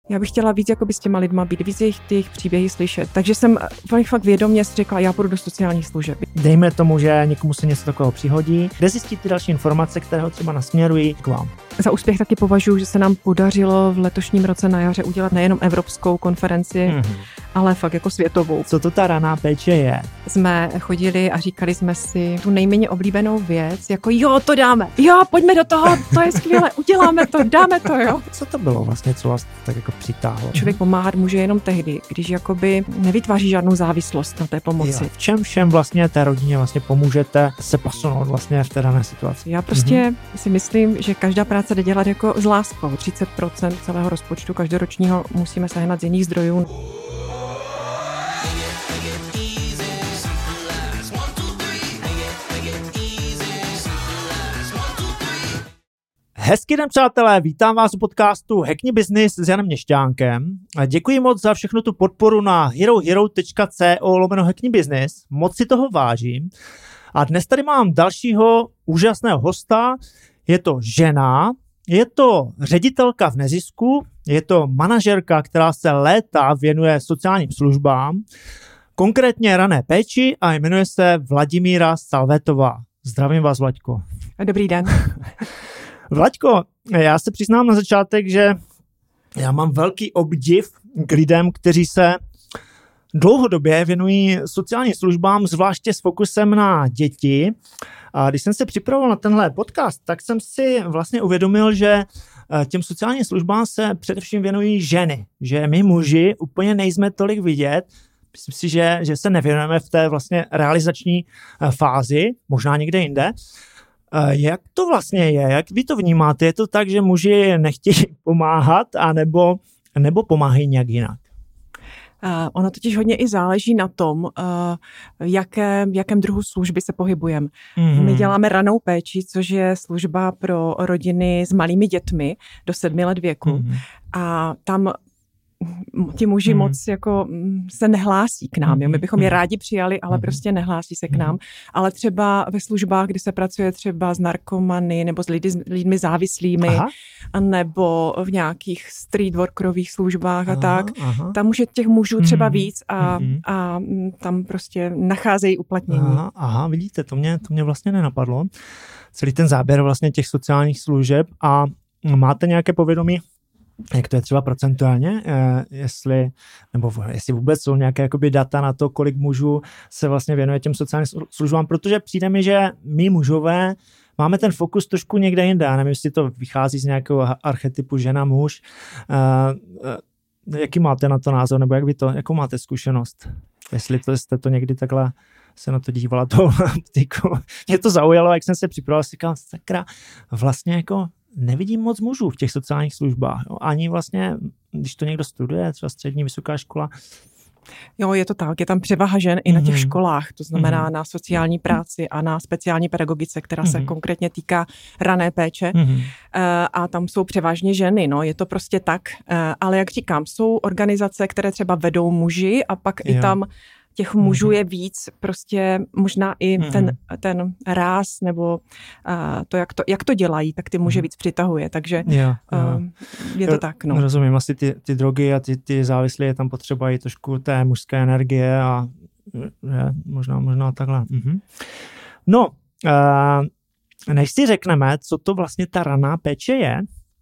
Já bych chtěla víc jakoby s těma lidma být, víc jejich příběhy slyšet. Takže jsem fakt vědomě si řekla, já půjdu do sociálních služeb. Dejme tomu, že někomu se něco takového přihodí. Kde zjistit ty další informace, které ho třeba nasměrují k vám? Za úspěch taky považuji, že se nám podařilo v letošním roce na jaře udělat nejenom evropskou konferenci, ale fakt jako světovou. Co to ta raná péče je? Jsme chodili a říkali jsme si tu nejméně oblíbenou věc, jako jo, to dáme, jo, pojďme do toho, to je skvělé, uděláme to, dáme to, jo. Co to bylo vlastně, co vás tak jako přitáhlo? Člověk pomáhat může jenom tehdy, když jakoby nevytváří žádnou závislost na té pomoci. Jo. V čem všem vlastně té rodině vlastně pomůžete se posunout vlastně v té dané situaci? Já prostě si myslím, že každá práce jde dělat jako s láskou. 30% celého rozpočtu každoročního musíme sehnat z jiných zdrojů. Hezký den, přátelé, vítám vás u podcastu Hackni Business s Janem Měšťánkem. Děkuji moc za všechnu tu podporu na herohero.co/Hackni Business. Moc si toho vážím. A dnes tady mám dalšího úžasného hosta. Je to žena, je to ředitelka v nezisku, je to manažerka, která se léta věnuje sociálním službám, konkrétně rané péči a jmenuje se Vladimíra Salvetová. Zdravím vás, Vlaďko. Dobrý den. Vlaďko, já se přiznám na začátek, že já mám velký obdiv k lidem, kteří se dlouhodobě věnují sociálním službám, zvláště s fokusem na děti. A když jsem se připravoval na tenhle podcast, tak jsem si vlastně uvědomil, že těm sociálním službám se především věnují ženy. Že my muži úplně nejsme tolik vidět. Myslím si, že se nevěnujeme v té vlastně realizační fázi, možná někde jinde. Jak to vlastně je? Jak vy to vnímáte? Je to tak, že muži nechtějí pomáhat, nebo pomáhají nějak jinak? Ono totiž hodně i záleží na tom, v jakém druhu služby se pohybujeme. My děláme ranou péči, což je služba pro rodiny s malými dětmi do 7 let věku. A tam ti muži moc jako se nehlásí k nám. Jo? My bychom je rádi přijali, ale prostě nehlásí se k nám. Ale třeba ve službách, kdy se pracuje třeba s narkomany nebo s lidmi závislými, nebo v nějakých street workerových službách a tak, tam už je těch mužů třeba víc a tam prostě nacházejí uplatnění. Aha, vidíte, to mě vlastně nenapadlo. Celý ten záběr vlastně těch sociálních služeb. A máte nějaké povědomí, jak to je třeba procentuálně, jestli vůbec jsou nějaké jakoby data na to, kolik mužů se vlastně věnuje těm sociálním službám, protože přijde mi, že my mužové máme ten fokus trošku někde jinde. Já nevím, jestli to vychází z nějakého archetypu žena-muž. Jaký máte na to názor, nebo jakou máte zkušenost? Jestli jste to někdy takhle se na to dívala tou optikou. Mě to zaujalo, jak jsem se připravoval, si říkal, sakra, vlastně jako nevidím moc mužů v těch sociálních službách. Jo. Ani vlastně, když to někdo studuje, třeba střední, vysoká škola. Jo, je to tak. Je tam převaha žen i na těch školách. To znamená na sociální práci a na speciální pedagogice, která se konkrétně týká rané péče. A tam jsou převážně ženy. No, je to prostě tak. Ale jak říkám, jsou organizace, které třeba vedou muži a pak i tam těch mužů je víc, prostě možná i ten ráz nebo to, jak to dělají, tak ty muže víc přitahuje, takže je to tak. No. Rozumím, asi ty drogy a ty závislí je tam potřeba i trošku té mužské energie a možná takhle. No, než si řekneme, co to vlastně ta raná péče je,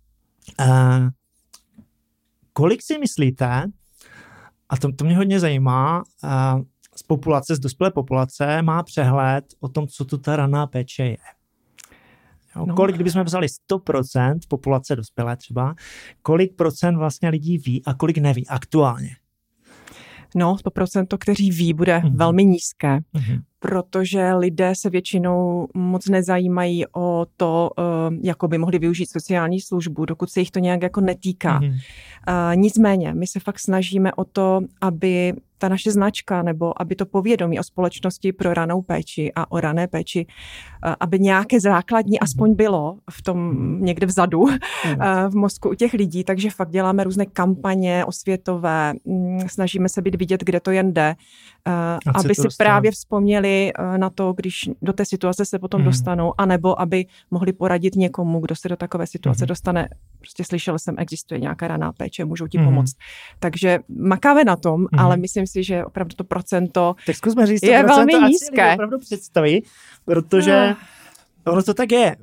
kolik si myslíte, a to mě hodně zajímá, z dospělé populace má přehled o tom, co to ta raná péče je. Jo, kolik, kdybychom vzali 100% populace dospělé třeba, kolik procent vlastně lidí ví a kolik neví aktuálně? No, 100%, kteří ví, bude velmi nízké, protože lidé se většinou moc nezajímají o to, jako by mohli využít sociální službu, dokud se jich to nějak jako netýká. Nicméně, my se fakt snažíme o to, aby ta naše značka nebo aby to povědomí o společnosti pro ranou péči a o rané péči, aby nějaké základní aspoň bylo v tom někde vzadu v mozku u těch lidí, takže fakt děláme různé kampaně osvětové, snažíme se být vidět, kde to jen jde, aby si právě vzpomněli na to, když do té situace se potom dostanou, anebo aby mohli poradit někomu, kdo se do takové situace dostane prostě slyšel jsem, existuje nějaká raná péče, můžou ti pomoct. Takže makáme na tom, ale myslím si, že opravdu to procento tak zkusme říct, je velmi nízké. Opravdu představí, protože ono to tak je.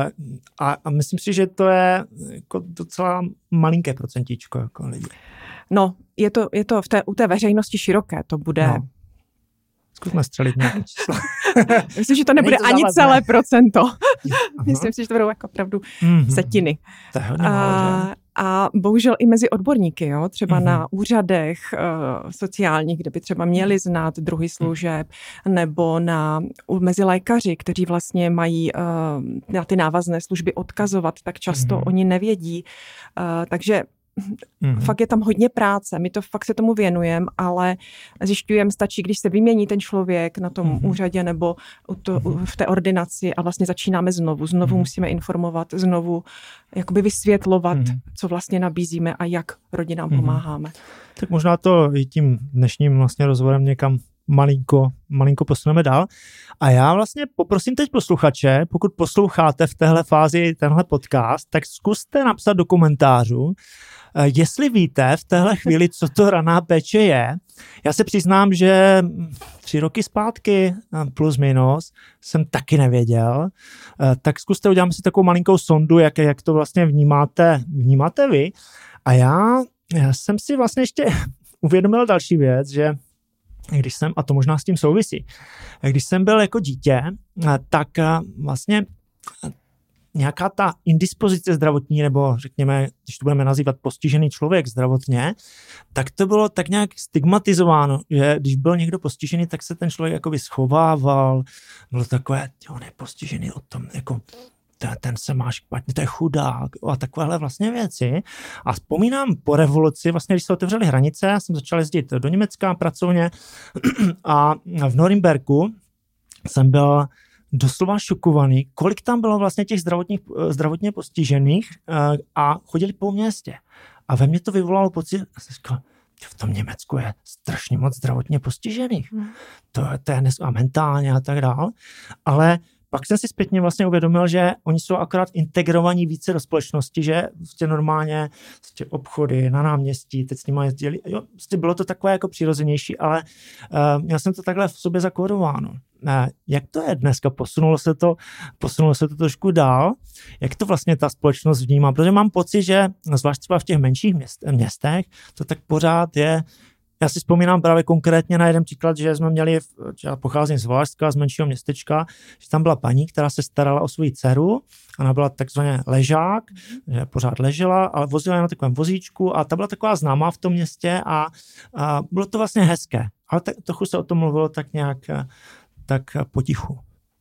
A myslím si, že to je jako docela malinké procentíčko jako lidí. No, je to u té veřejnosti široké, to bude... No. Zkusme střelit nějaké číslo. Myslím, že to nebude ani celé procento. Myslím si, že to budou jako opravdu setiny. To je hodně málo, že? A bohužel i mezi odborníky, jo? Třeba na úřadech sociálních, kde by třeba měli znát druhy služeb, nebo mezi lékaři, kteří vlastně mají na ty návazné služby odkazovat, tak často oni nevědí. Takže fakt je tam hodně práce, my to fakt se tomu věnujeme, ale zjišťujeme, stačí, když se vymění ten člověk na tom úřadě nebo v té ordinaci a vlastně začínáme znovu musíme informovat, znovu jakoby vysvětlovat, co vlastně nabízíme a jak rodinám pomáháme. Tak možná to i tím dnešním vlastně rozhovorem někam malinko posuneme dál. A já vlastně poprosím teď posluchače, pokud posloucháte v téhle fázi tenhle podcast, tak zkuste napsat do komentářů, jestli víte v téhle chvíli, co to raná péče je. Já se přiznám, že 3 roky zpátky, plus minus, jsem taky nevěděl. Tak zkuste, uděláme si takovou malinkou sondu, jak to vlastně vnímáte vy. A já jsem si vlastně ještě uvědomil další věc, že když jsem, a to možná s tím souvisí, když jsem byl jako dítě, tak vlastně nějaká ta indispozice zdravotní, nebo řekněme, když to budeme nazývat postižený člověk zdravotně, tak to bylo tak nějak stigmatizováno, že když byl někdo postižený, tak se ten člověk jakoby schovával, bylo takové, on je postižený o tom, jako ten se má špatně, to je chudák a takovéhle vlastně věci. A vzpomínám po revoluci, vlastně když se otevřely hranice, já jsem začal jezdit do Německa pracovně a v Norimberku jsem byl doslova šokovaný, kolik tam bylo vlastně těch zdravotně postižených a chodili po městě. A ve mně to vyvolalo pocit, v tom Německu je strašně moc zdravotně postižených. To je a mentálně a tak dál. Ale pak jsem si zpětně vlastně uvědomil, že oni jsou akorát integrovaní více do společnosti, že vlastně normálně obchody na náměstí, teď s nimi jezdili, jo, bylo to takové jako přirozenější, ale měl jsem to takhle v sobě zakódováno. Jak to je dneska? Posunulo se to trošku dál? Jak to vlastně ta společnost vnímá? Protože mám pocit, že zvlášť třeba v těch menších městech, to tak pořád je. Já si vzpomínám právě konkrétně na jeden příklad, že jsme měli, já pocházím z Valašska, z menšího městečka, že tam byla paní, která se starala o svou dceru, ona byla takzvaně ležák, že pořád ležela, ale vozila na takovém vozíčku a ta byla taková známá v tom městě a bylo to vlastně hezké. Ale trochu se o tom mluvilo tak nějak tak potichu.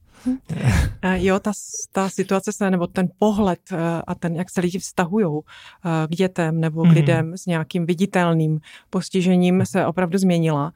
Jo, ta situace se, nebo ten pohled a ten, jak se lidi vztahujou k dětem nebo k lidem s nějakým viditelným postižením se opravdu změnila.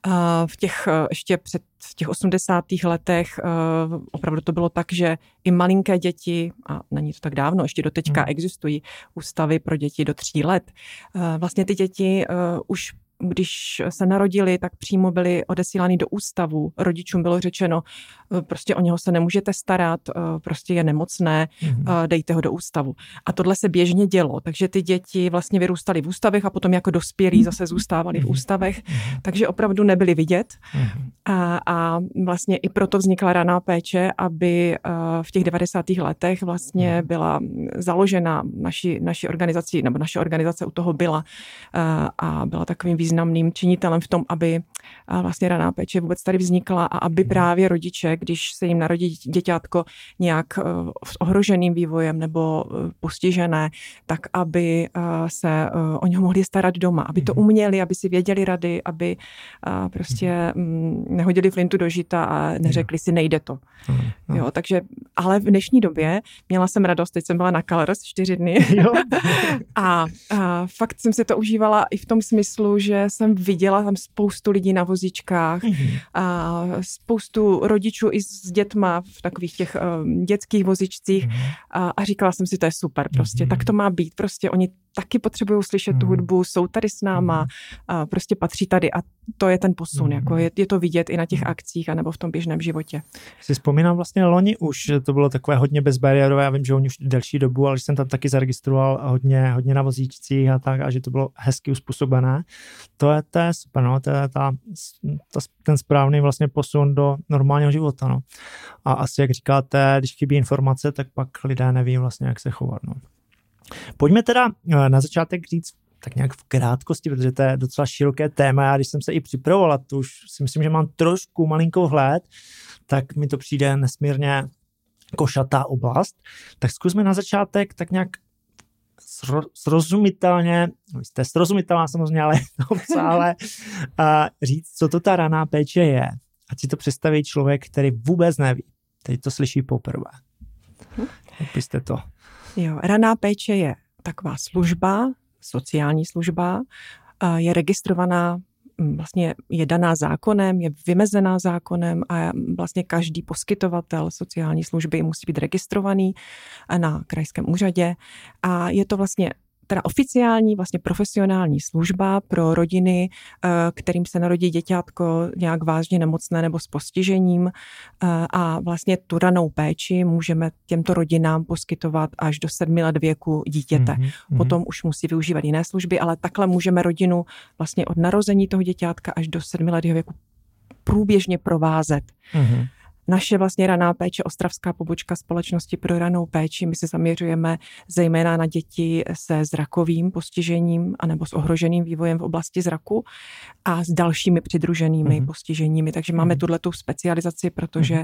V těch 80. letech opravdu to bylo tak, že i malinké děti, a není to tak dávno, ještě do teďka existují ústavy pro děti do 3 let. Vlastně ty děti už když se narodili, tak přímo byli odesílány do ústavu. Rodičům bylo řečeno, prostě o něho se nemůžete starat, prostě je nemocné, dejte ho do ústavu. A tohle se běžně dělo, takže ty děti vlastně vyrůstaly v ústavech a potom jako dospělí zase zůstávali v ústavech, takže opravdu nebyli vidět. A vlastně i proto vznikla raná péče, aby v těch 90. letech vlastně byla založena naší organizací, nebo naše organizace u toho byla a byla takovým významným činitelem v tom, aby vlastně raná péče vůbec tady vznikla a aby právě rodiče, když se jim narodí děťátko nějak s ohroženým vývojem nebo postižené, tak aby se o něho mohli starat doma, aby to uměli, aby si věděli rady, aby prostě nehodili flintu do žita a neřekli si, nejde to. Jo, takže, ale v dnešní době měla jsem radost, teď jsem byla na Colors 4 dny a fakt jsem si to užívala i v tom smyslu, že jsem viděla tam spoustu lidí na vozíčkách a spoustu rodičů i s dětma v takových těch dětských vozičcích a říkala jsem si, to je super prostě, tak to má být, prostě oni taky potřebují slyšet tu hudbu, jsou tady s náma, prostě patří tady a to je ten posun, jako je to vidět i na těch akcích anebo v tom běžném životě. Si vzpomínám vlastně loni už, to bylo takové hodně bezbariérové, já vím, že oni už delší dobu, ale že jsem tam taky zaregistroval hodně na vozíčcích a tak, a že to bylo hezky uspůsobené. To je super, no, to je ten správný vlastně posun do normálního života, no. A asi, jak říkáte, když chybí informace, tak pak lidé neví vlastně, jak se chovat, no. Pojďme teda na začátek říct tak nějak v krátkosti, protože to je docela široké téma. Já když jsem se i připravoval, to už si myslím, že mám trošku malinkou vhled, tak mi to přijde nesmírně košatá oblast. Tak zkusme na začátek tak nějak srozumitelně, jste srozumitelná samozřejmě, ale obsáhle říct, co to ta raná péče je. Ať si to představí člověk, který vůbec neví. Teď to slyší poprvé. Jak byste to? Jo, raná péče je taková služba, sociální služba, je registrovaná, vlastně je daná zákonem, je vymezená zákonem a vlastně každý poskytovatel sociální služby musí být registrovaný na krajském úřadě a je to vlastně teda oficiální, vlastně profesionální služba pro rodiny, kterým se narodí děťátko nějak vážně nemocné nebo s postižením a vlastně tu ranou péči můžeme těmto rodinám poskytovat až do 7 let věku dítěte. Potom už musí využívat jiné služby, ale takhle můžeme rodinu vlastně od narození toho děťátka až do 7 let věku průběžně provázet. Naše vlastně raná péče, ostravská pobočka Společnosti pro ranou péči, my se zaměřujeme zejména na děti se zrakovým postižením anebo s ohroženým vývojem v oblasti zraku a s dalšími přidruženými postiženími. Takže máme tuhletu specializaci, protože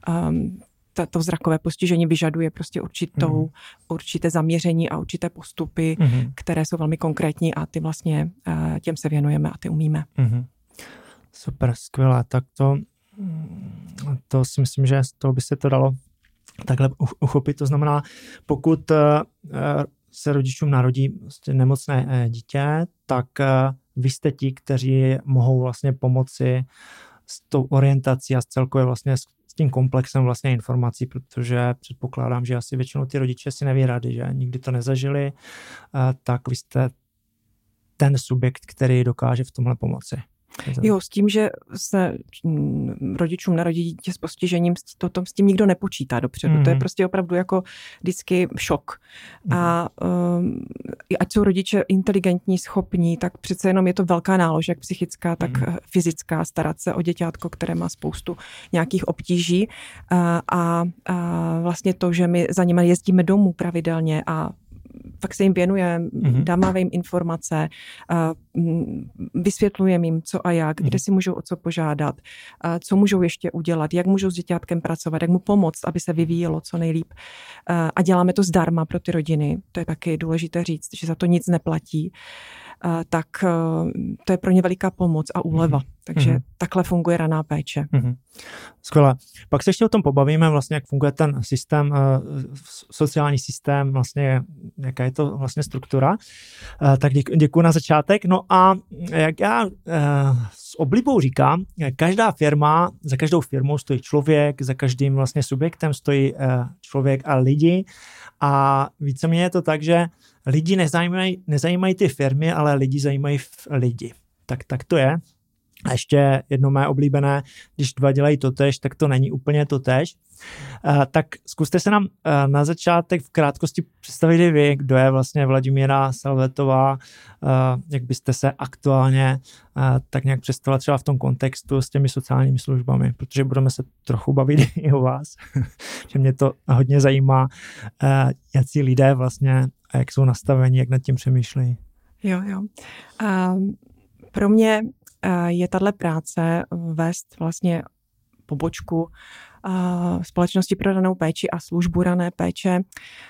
to zrakové postižení vyžaduje prostě určité zaměření a určité postupy, které jsou velmi konkrétní a ty vlastně těm se věnujeme a ty umíme. Super, skvělé. Tak to si myslím, že z toho by se to dalo takhle uchopit. To znamená, pokud se rodičům narodí nemocné dítě, tak vy jste ti, kteří mohou vlastně pomoci s tou orientací a celkově vlastně s tím komplexem vlastně informací, protože předpokládám, že asi většinou ty rodiče si neví rady, že nikdy to nezažili, tak vy jste ten subjekt, který dokáže v tomhle pomoci. Jo, s tím, že se rodičům narodí dítě s postižením, s tím nikdo nepočítá dopředu. To je prostě opravdu jako vždycky šok. A ať jsou rodiče inteligentní, schopní, tak přece jenom je to velká nálož, jak psychická, tak fyzická, starat se o děťátko, které má spoustu nějakých obtíží. A vlastně to, že my za nimi jezdíme domů pravidelně a fakt se jim věnujeme, dáváme jim informace, vysvětlujeme jim, co a jak, kde si můžou o co požádat, co můžou ještě udělat, jak můžou s děťátkem pracovat, jak mu pomoct, aby se vyvíjelo co nejlíp. A děláme to zdarma pro ty rodiny. To je taky důležité říct, že za to nic neplatí. Tak to je pro ně veliká pomoc a úleva. Takže takhle funguje raná péče. Skvělé. Pak se ještě o tom pobavíme, vlastně, jak funguje ten systém, sociální systém, vlastně, jaká je to vlastně struktura. Tak děkuji na začátek. No a jak já s oblibou říkám, každá firma, za každou firmou stojí člověk, za každým vlastně subjektem stojí člověk a lidi. A víceméně je to tak, že lidi nezajímají ty firmy, ale lidi zajímají lidi. Tak to je. A ještě jedno mé oblíbené, když dva dělají totéž, tak to není úplně totéž. Tak zkuste se nám na začátek v krátkosti představit vy, kdo je vlastně Vladimíra Salvetová, jak byste se aktuálně tak nějak představila třeba v tom kontextu s těmi sociálními službami, protože budeme se trochu bavit i o vás, že mě to hodně zajímá, jací lidé vlastně a jak jsou nastaveni, jak nad tím přemýšlejí. Jo. Pro mě je tahle práce vést vlastně pobočku Společnosti pro ranou péči a službu rané péče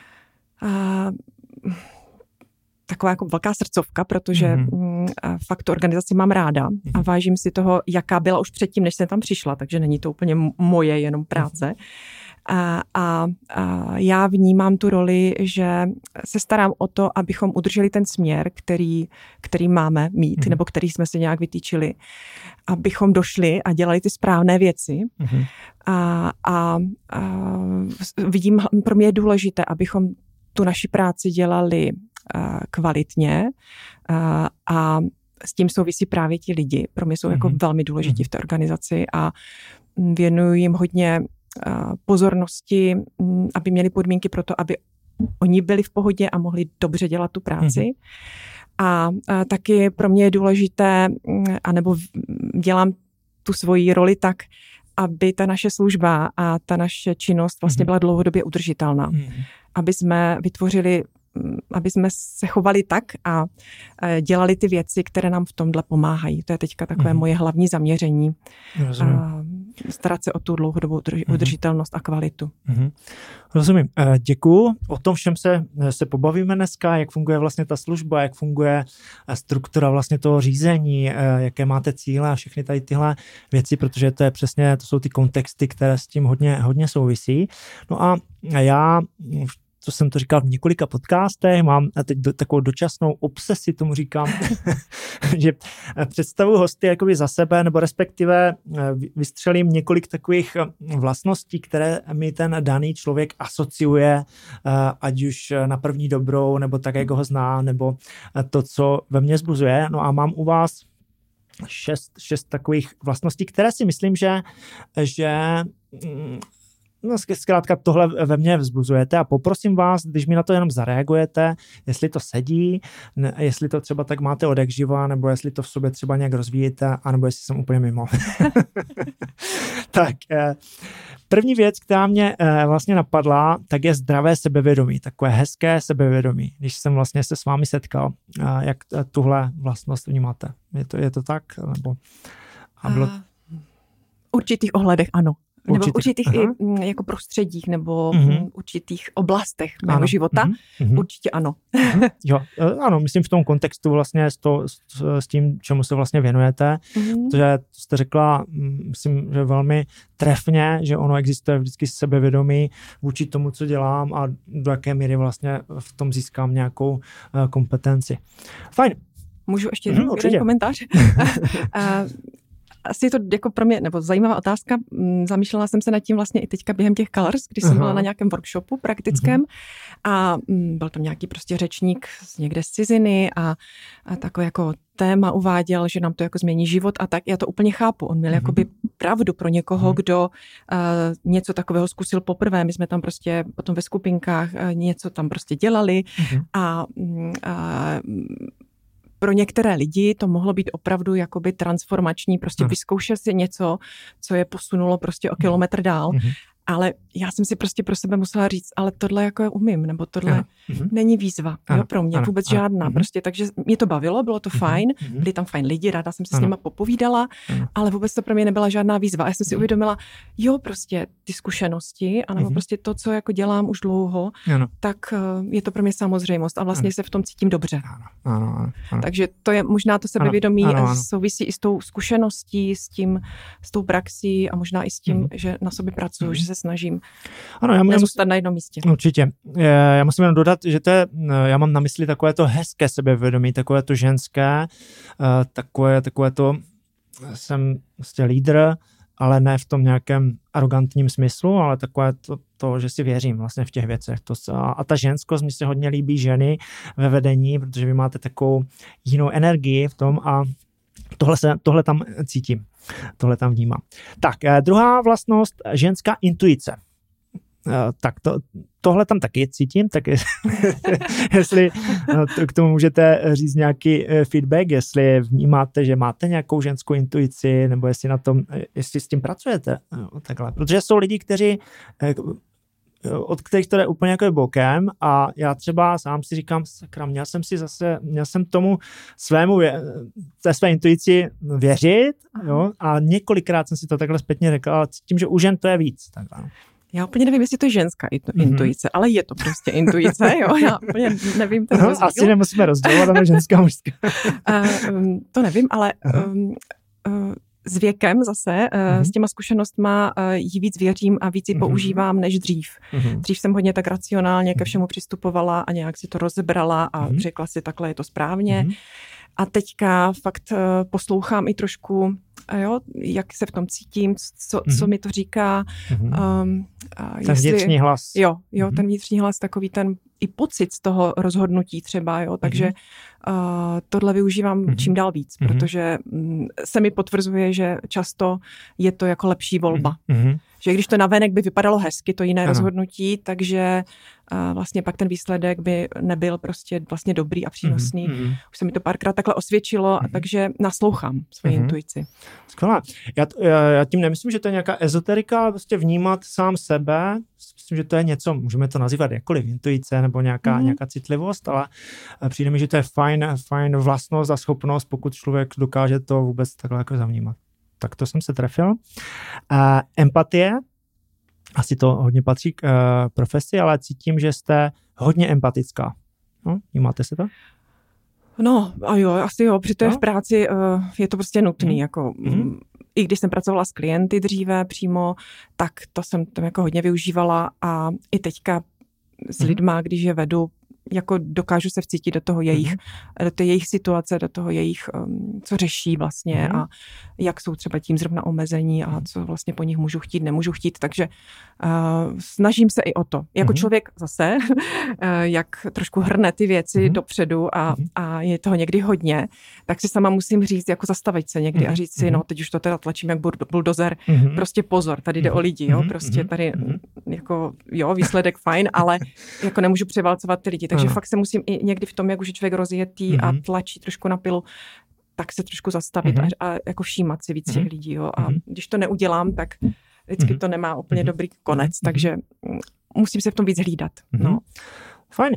taková jako velká srdcovka, protože fakt tu organizaci mám ráda a vážím si toho, jaká byla už předtím, než jsem tam přišla, takže není to úplně moje jenom práce. A já vnímám tu roli, že se starám o to, abychom udrželi ten směr, který máme mít, nebo který jsme si nějak vytýčili, abychom došli a dělali ty správné věci. A vidím, pro mě je důležité, abychom tu naši práci dělali kvalitně a s tím souvisí právě ti lidi. Pro mě jsou jako velmi důležití v té organizaci a věnuju jim hodně pozornosti, aby měli podmínky pro to, aby oni byli v pohodě a mohli dobře dělat tu práci. A taky pro mě je důležité, anebo dělám tu svoji roli tak, aby ta naše služba a ta naše činnost vlastně byla dlouhodobě udržitelná. Aby jsme vytvořili, aby jsme se chovali tak a dělali ty věci, které nám v tomhle pomáhají. To je teďka takové moje hlavní zaměření. Starat se o tu dlouhodobou udržitelnost a kvalitu. Rozumím. Děkuju. O tom všem se pobavíme dneska, jak funguje vlastně ta služba, jak funguje struktura vlastně toho řízení, jaké máte cíle a všechny tady tyhle věci, protože to jsou ty kontexty, které s tím hodně souvisí. No a já to jsem to říkal v několika podcastech, mám teď takovou dočasnou obsesi, tomu říkám, že představuji hosty jakoby za sebe, nebo respektive vystřelím několik takových vlastností, které mi ten daný člověk asociuje, ať už na první dobrou, nebo tak, jak ho znám, nebo to, co ve mně zbuzuje. No a mám u vás šest takových vlastností, které si myslím, že zkrátka tohle ve mně vzbuzujete a poprosím vás, když mi na to jenom zareagujete, jestli to sedí, jestli to třeba tak máte odjakživa, nebo jestli to v sobě třeba nějak rozvíjíte, anebo jestli jsem úplně mimo. Tak, první věc, která mě vlastně napadla, tak je zdravé sebevědomí, takové hezké sebevědomí. Když jsem vlastně se s vámi setkal, jak tuhle vlastnost vnímáte? Je to tak? Nebo v určitých ohledech ano. Nebo v určitých i jako prostředích nebo v určitých oblastech mého života. Určitě ano. Jo, ano, myslím v tom kontextu vlastně s tím, čemu se vlastně věnujete. Protože jste řekla, myslím, že velmi trefně, že ono existuje vždycky sebevědomí vůči tomu, co dělám a do jaké míry vlastně v tom získám nějakou kompetenci. Fajn. Můžu ještě jeden komentář? Asi je to jako pro mě, nebo zajímavá otázka, zamýšlela jsem se nad tím vlastně i teďka během těch Colors, když jsem byla na nějakém workshopu praktickém a byl tam nějaký prostě řečník někde z ciziny a takové jako téma uváděl, že nám to jako změní život a tak, já to úplně chápu. On měl jakoby pravdu pro někoho, kdo něco takového zkusil poprvé. My jsme tam prostě potom ve skupinkách něco tam prostě dělali a pro některé lidi to mohlo být opravdu jakoby transformační, prostě vyzkoušet si něco, co je posunulo prostě o kilometr dál. Ale já jsem si prostě pro sebe musela říct, ale tohle jako umím, nebo tohle není výzva pro mě, vůbec žádná. Prostě, takže mě to bavilo, bylo to fajn, byli tam fajn lidi, ráda jsem se s nima popovídala, ale vůbec to pro mě nebyla žádná výzva. A já jsem si uvědomila, prostě ty zkušenosti, anebo prostě to, co jako dělám už dlouho, tak je to pro mě samozřejmost a vlastně se v tom cítím dobře. Ano. Takže to je možná to sebevědomí souvisí i s tou zkušeností, s tou praxí a možná i s tím, že na sobě pracuju, že se snažím nezůstat na jednom místě. Určitě. Já musím jenom dodat, že já mám na mysli takové to hezké sebevědomí, takové to ženské, takové to, jsem prostě lídr, ale ne v tom nějakém arrogantním smyslu, ale takové to, že si věřím vlastně v těch věcech. A ta ženskost, mi se hodně líbí ženy ve vedení, protože vy máte takovou jinou energii v tom a tohle tam cítím. Tohle tam vnímám. Tak, druhá vlastnost, ženská intuice. Tak tohle tam taky cítím, tak jestli k tomu můžete říct nějaký feedback, jestli vnímáte, že máte nějakou ženskou intuici, nebo jestli s tím pracujete. Takhle. Protože jsou lidi, od kterých to jde úplně jako bokem a já třeba sám si říkám, sakra, měl jsem tomu té své intuici věřit, jo, a několikrát jsem si to takhle zpětně řekl, ale cítím, že u žen to je víc. Takhle. Já úplně nevím, jestli to je ženská intuice, ale je to prostě intuice, jo, já úplně nevím ten rozdíl. Asi nemusíme rozdělovat na ženská a mužská. To nevím, ale s věkem zase, s těma zkušenostma jí víc věřím a víc ji používám než dřív. Dřív jsem hodně tak racionálně ke všemu přistupovala a nějak si to rozebrala a řekla si, takhle je to správně. A teďka fakt poslouchám i trošku jo, jak se v tom cítím, co mi to říká. Ten vnitřní hlas. Jo, ten vnitřní hlas, takový ten i pocit z toho rozhodnutí třeba, jo, takže tohle využívám čím dál víc, protože se mi potvrzuje, že často je to jako lepší volba. Že když to navenek by vypadalo hezky, to jiné rozhodnutí, takže vlastně pak ten výsledek by nebyl prostě vlastně dobrý a přínosný. Už se mi to párkrát takhle osvědčilo, a takže naslouchám svoji intuici. Skvělé. Já tím nemyslím, že to je nějaká ezoterika, ale prostě vnímat sám sebe. Myslím, že to je něco, můžeme to nazývat jakkoliv, intuice nebo nějaká citlivost, ale přijde mi, že to je fajn vlastnost a schopnost, pokud člověk dokáže to vůbec takhle jako zavnímat. Tak to jsem se trefil. Empatie, asi to hodně patří k profesi, ale cítím, že jste hodně empatická. No, vnímáte se to? No, a jo, asi jo, protože to je v práci, je to prostě nutný, jako i když jsem pracovala s klienty dříve přímo, tak to jsem tam jako hodně využívala a i teďka s lidma, když je vedu, jako dokážu se vcítit do toho do té jejich situace, do toho jejich, co řeší vlastně a jak jsou třeba tím zrovna omezení a co vlastně po nich můžu chtít, nemůžu chtít, takže snažím se i o to. Jako člověk zase, jak trošku hrne ty věci dopředu a je toho někdy hodně, tak si sama musím říct, jako zastavit se někdy a říct si, no teď už to teda tlačím jak buldozer, prostě pozor, tady jde o lidi, jo, prostě tady jako, jo, výsledek fajn, ale jako nemůžu převálcovat ty lidi, takže fakt se musím i někdy v tom, jak už je člověk rozjetý a tlačí trošku na pilu, tak se trošku zastavit a jako všímat si víc těch lidí, jo, a když to neudělám, tak vždycky to nemá úplně dobrý konec, takže musím se v tom víc hlídat, no. Fajn.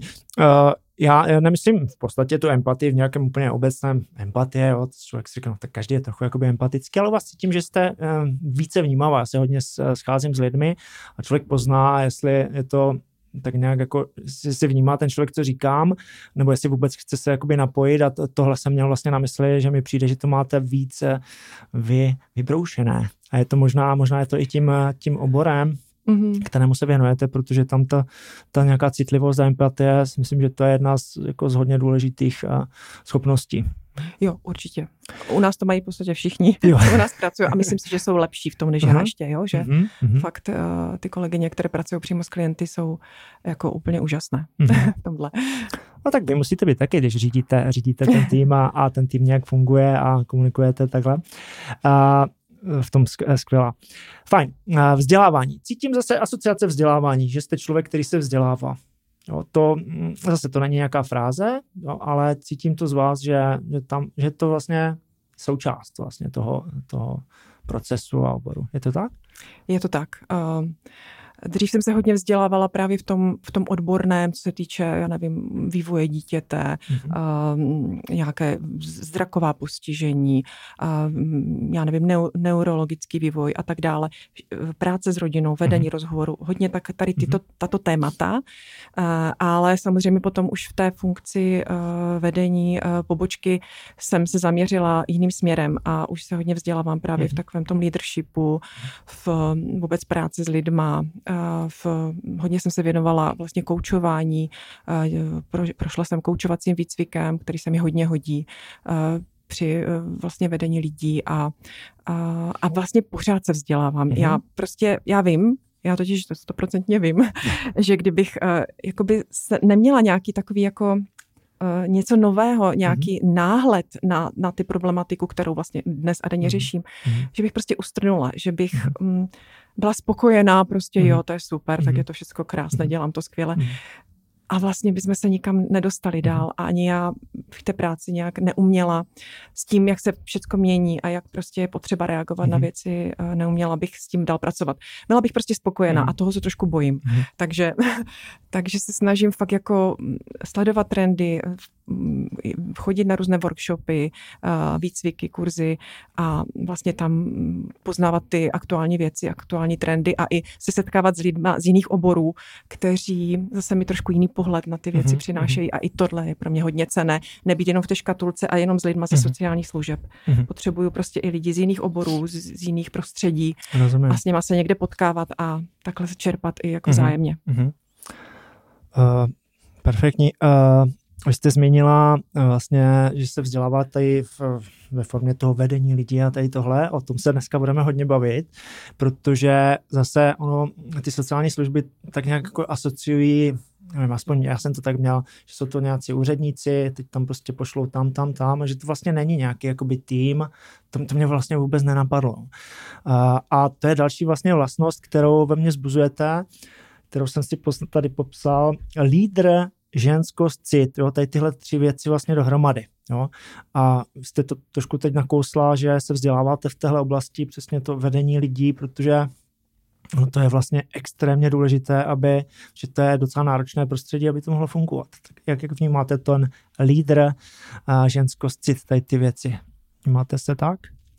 Já nemyslím v podstatě tu empatii v nějakém úplně obecném empatie, jo, člověk si říká, no, tak každý je trochu jakoby empatický, ale vlastně tím, že jste více vnímavá, já se hodně scházím s lidmi a člověk pozná, jestli je to tak nějak jako, si vnímá ten člověk, co říkám, nebo jestli vůbec chce se jakoby napojit a tohle jsem měl vlastně na mysli, že mi přijde, že to máte více vybroušené. A je to možná je to i tím oborem, kterému se věnujete, protože tam ta nějaká citlivost a empatie, myslím, že to je jedna z hodně důležitých schopností. Jo, určitě. U nás to mají v podstatě všichni. U nás pracují a myslím si, že jsou lepší v tom, než já ještě, jo, že fakt ty kolegyně, které pracují přímo s klienty, jsou jako úplně úžasné v tomhle. No tak vy musíte být taky, když řídíte ten tým a ten tým nějak funguje a komunikujete takhle. V tom skvělá. Fajn. Vzdělávání. Cítím zase asociace vzdělávání, že jste člověk, který se vzdělává. Jo, to zase to není nějaká fráze, jo, ale cítím to z vás, že to vlastně součást vlastně toho procesu a oboru. Je to tak? Je to tak. Dřív jsem se hodně vzdělávala právě v tom odborném, co se týče, já nevím, vývoje dítěte, nějaké zraková postižení, já nevím, neurologický vývoj a tak dále. Práce s rodinou, vedení rozhovoru, hodně tak tady tato témata, ale samozřejmě potom už v té funkci vedení pobočky jsem se zaměřila jiným směrem a už se hodně vzdělávám právě v takovém tom leadershipu, v vůbec práci s lidma, hodně jsem se věnovala vlastně koučování, prošla jsem koučovacím výcvikem, který se mi hodně hodí při vlastně vedení lidí a vlastně pořád se vzdělávám. Já vím, já totiž to 100% vím, že kdybych jakoby neměla nějaký takový jako něco nového, nějaký náhled na ty problematiku, kterou vlastně dnes a denně řeším, že bych prostě ustrnula, že bych byla spokojená, prostě jo, to je super, tak je to všechno krásné, dělám to skvěle. A vlastně bychom se nikam nedostali dál a ani já v té práci nějak neuměla s tím, jak se všechno mění a jak prostě je potřeba reagovat na věci, neuměla bych s tím dál pracovat. Byla bych prostě spokojená a toho se trošku bojím. Takže se snažím fakt jako sledovat trendy, chodit na různé workshopy, výcviky, kurzy a vlastně tam poznávat ty aktuální věci, aktuální trendy a i se setkávat s lidmi z jiných oborů, kteří zase mi trošku jiný pohled na ty věci přinášejí a i tohle je pro mě hodně cenné. Nebýt jenom v té škatulce a jenom s lidma ze sociálních služeb. Potřebuju prostě i lidi z jiných oborů, z jiných prostředí. Rozumím. A s nima se někde potkávat a takhle se čerpat i jako vzájemně. Perfektní. Vy jste zmínila vlastně, že se vzdělává tady ve formě toho vedení lidí a tady tohle. O tom se dneska budeme hodně bavit, protože zase ty sociální služby tak nějak jako asociují, nevím, aspoň já jsem to tak měl, že jsou to nějací úředníci, teď tam prostě pošlou tam, a že to vlastně není nějaký jakoby tým, to mě vlastně vůbec nenapadlo. A to je další vlastně vlastnost, kterou ve mně zbuzujete, kterou jsem si tady popsal, lídr, ženskost, cit, jo, tady tyhle 3 věci vlastně dohromady, jo. A jste to trošku teď nakousla, že se vzděláváte v téhle oblasti, přesně to vedení lidí, protože to je vlastně extrémně důležité, že to je docela náročné prostředí, aby to mohlo fungovat. Tak jak vnímáte ten lídr, ženskost, cit, tady ty věci? Vnímáte se tak?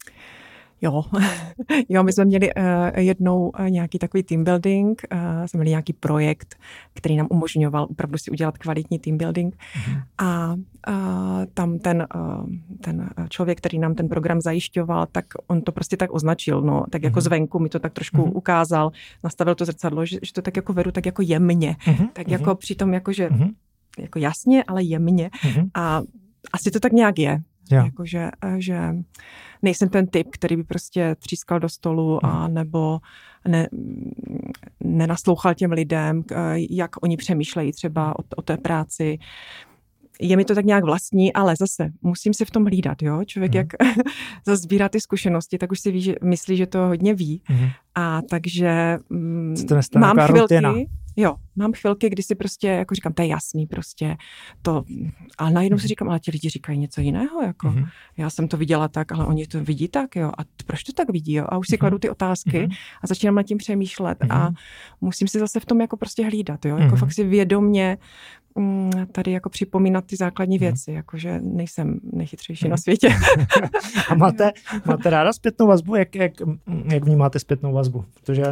Jo, my jsme měli jednou nějaký takový team building, jsme měli nějaký projekt, který nám umožňoval opravdu si udělat kvalitní team building a tam ten člověk, který nám ten program zajišťoval, tak on to prostě tak označil, tak jako zvenku mi to tak trošku ukázal, nastavil to zrcadlo, že to tak jako vedu tak jako jemně, tak jako přitom jakože jako jasně, ale jemně a asi to tak nějak je. Jakože, že nejsem ten typ, který by prostě třískal do stolu a nebo nenaslouchal těm lidem, jak oni přemýšlejí třeba o té práci. Je mi to tak nějak vlastní, ale zase musím si v tom hlídat, jo? Člověk jak sbírá ty zkušenosti, tak už si myslí, že to hodně ví. A takže mám chvilky, mám chvilky, kdy si prostě jako říkám, to je jasný prostě, ale najednou si říkám, ale ti lidi říkají něco jiného, jako já jsem to viděla tak, ale oni to vidí tak, jo, a proč to tak vidí, jo, a už si kladu ty otázky a začínám nad tím přemýšlet a musím si zase v tom jako prostě hlídat, jo, jako fakt si vědomně tady jako připomínat ty základní věci, jakože nejsem nejchytřejší na světě. A máte ráda zpětnou vazbu? Jak vnímáte zpětnou vazbu? Protože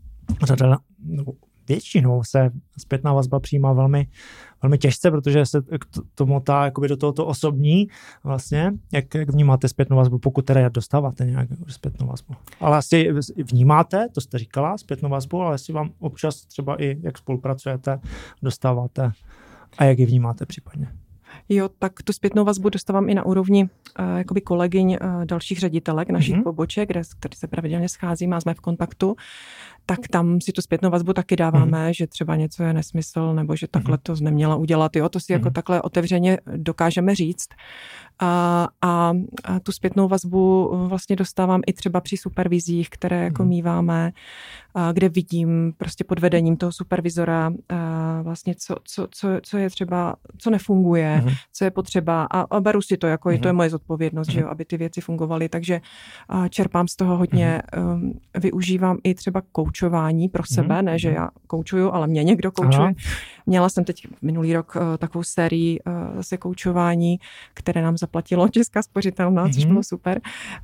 většinou se zpětná vazba přijímá velmi, velmi těžce, protože se to motá jakoby do tohoto osobní vlastně. Jak vnímáte zpětnou vazbu, pokud teda dostáváte nějak zpětnou vazbu? Ale asi vnímáte, to jste říkala, zpětnou vazbu, ale jestli vám občas třeba i jak spolupracujete, dostáváte a jak ji vnímáte případně? Jo, tak tu zpětnou vazbu dostávám i na úrovni jakoby kolegyň dalších ředitelek našich poboček, které se pravidelně scházíme a jsme v kontaktu, tak tam si tu zpětnou vazbu taky dáváme, že třeba něco je nesmysl, nebo že takhle to neměla udělat. Jo, to si jako takhle otevřeně dokážeme říct. A tu zpětnou vazbu vlastně dostávám i třeba při supervizích, které jako míváme, kde vidím prostě pod vedením toho supervizora vlastně co je třeba, co nefunguje, co je potřeba a beru si to, jako to je moje zodpovědnost, že jo, aby ty věci fungovaly, takže čerpám z toho hodně, využívám i třeba koučování pro sebe, ne, že já koučuju, ale mě někdo koučuje. Měla jsem teď minulý rok takovou sérii zase koučování, které nám zaplatilo Česká spořitelna, což bylo super.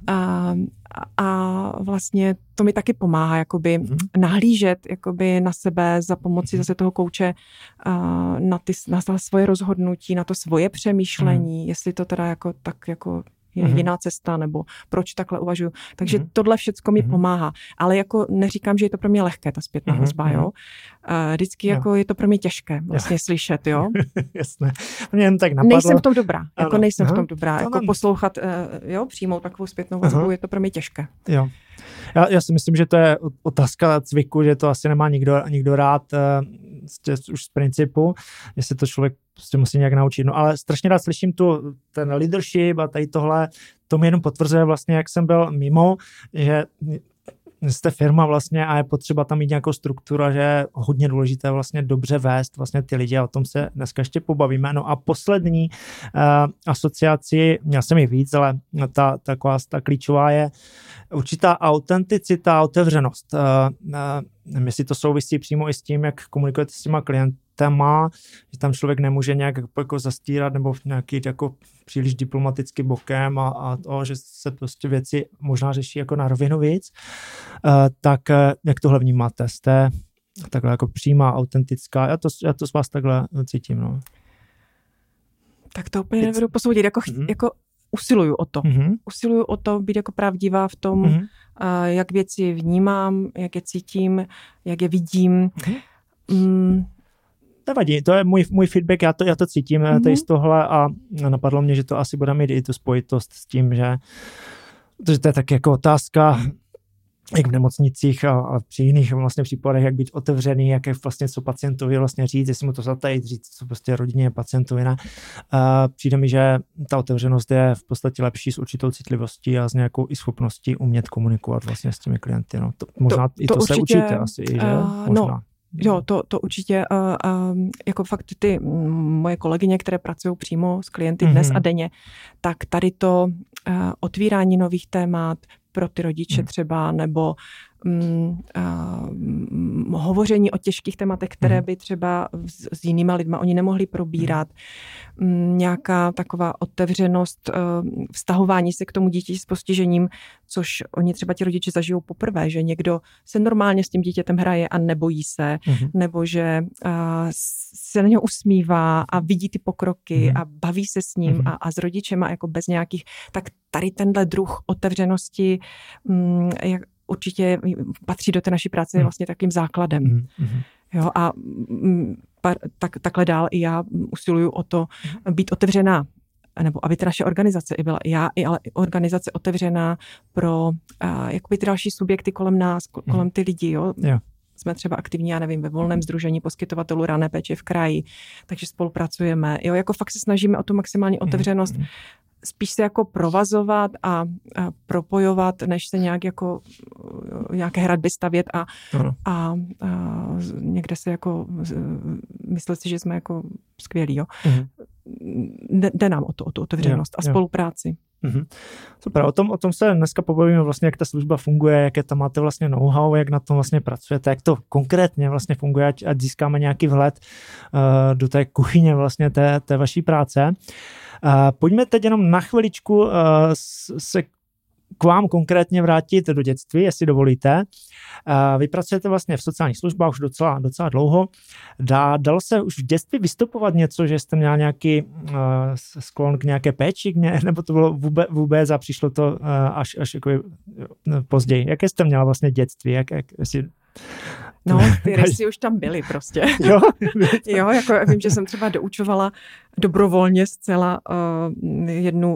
A vlastně to mi taky pomáhá jakoby nahlížet jakoby na sebe za pomoci zase toho kouče na svoje rozhodnutí, na to svoje přemýšlení, jestli to teda jako tak jako je jiná cesta, nebo proč takhle uvažuju. Takže tohle všecko mi pomáhá. Ale jako neříkám, že je to pro mě lehké, ta zpětná vazba, jo. Vždycky jako je to pro mě těžké vlastně slyšet, jo. Jasné. Mě jen tak napadlo. Nejsem v tom dobrá. Jako nejsem v tom dobrá. Jako poslouchat, jo, přijmout takovou zpětnou vazbu, je to pro mě těžké. Jo. Já si myslím, že to je otázka cviku, že to asi nemá nikdo rád už z principu, že se to člověk prostě musí nějak naučit. No ale strašně rád slyším ten leadership a tady tohle, to mi jenom potvrzuje vlastně, jak jsem byl mimo, že jste firma vlastně a je potřeba tam mít nějakou strukturu, že je hodně důležité vlastně dobře vést vlastně ty lidi a o tom se dneska ještě pobavíme. No a poslední asociaci, měl jsem ji víc, ale ta klíčová je určitá autenticita a otevřenost. Jestli to souvisí přímo i s tím, jak komunikujete s těma klientama, že tam člověk nemůže nějak jako zastírat nebo nějaký jako příliš diplomaticky bokem a to, že se prostě věci možná řeší jako na rovinu víc. Tak jak tohle vnímáte? Jste takhle jako přímá, autentická? Já to z vás takhle cítím. No. Tak to úplně nebudu posoudit. Jako usiluju o to. Usiluju o to být jako pravdivá v tom, jak věci vnímám, jak je cítím, jak je vidím. Nevadí, to je můj feedback, já to cítím tady z tohle a napadlo mě, že to asi bude mít i tu spojitost s tím, že to je tak jako otázka, jak v nemocnicích a při jiných vlastně případech, jak být otevřený, jak je vlastně co pacientovi vlastně říct, jestli mu to zatajit, říct, co prostě rodině, pacientovi ne. Přijde mi, že ta otevřenost je v podstatě lepší s určitou citlivostí a s nějakou i schopností umět komunikovat vlastně s těmi klienty. No. Možná to, i to se určitě, učíte asi, že? Možná. No. Jo, to určitě, jako fakt ty moje kolegyně, které pracují přímo s klienty dnes a denně, tak tady to otvírání nových témat pro ty rodiče třeba, nebo hovoření o těžkých tématech, které by třeba s jinýma lidma oni nemohli probírat, nějaká taková otevřenost, vztahování se k tomu dítěti s postižením, což oni třeba ti rodiče zažijou poprvé, že někdo se normálně s tím dítětem hraje a nebojí se, nebo že se na něho usmívá a vidí ty pokroky a baví se s ním a s rodičema jako bez nějakých, tak tady tenhle druh otevřenosti určitě patří do té naší práce vlastně takým základem. Jo, a takhle dál i já usiluju o to být otevřená, nebo aby ta naše organizace i byla ale organizace otevřená pro jakoby ty další subjekty kolem nás, kolem ty lidi. Jo. Jsme třeba aktivní, já nevím, ve volném sdružení poskytovatelů rané péče v kraji, takže spolupracujeme. Jo, jako fakt se snažíme o tu maximální otevřenost, spíš se jako provazovat a propojovat, než se nějak jako nějaké hradby stavět a někde se jako myslet si, že jsme jako skvělí, jo. Jde nám o tu otevřenost a spolupráci. Super, o tom se dneska pobavíme vlastně, jak ta služba funguje, jaké tam máte vlastně know-how, jak na tom vlastně pracujete, jak to konkrétně vlastně funguje, ať získáme nějaký vhled do té kuchyně vlastně té vaší práce. Pojďme teď jenom na chviličku se k vám konkrétně vrátit do dětství, jestli dovolíte. Vy pracujete vlastně v sociálních službách už docela dlouho. Dalo se už v dětství vystupovat něco, že jste měla nějaký sklon k nějaké péči, nebo to bylo vůbec a přišlo to až jako později? Jaké jste měla vlastně dětství? Jestli... No, ty rysy už tam byly prostě. Jo, jako vím, že jsem třeba doučovala dobrovolně zcela jednu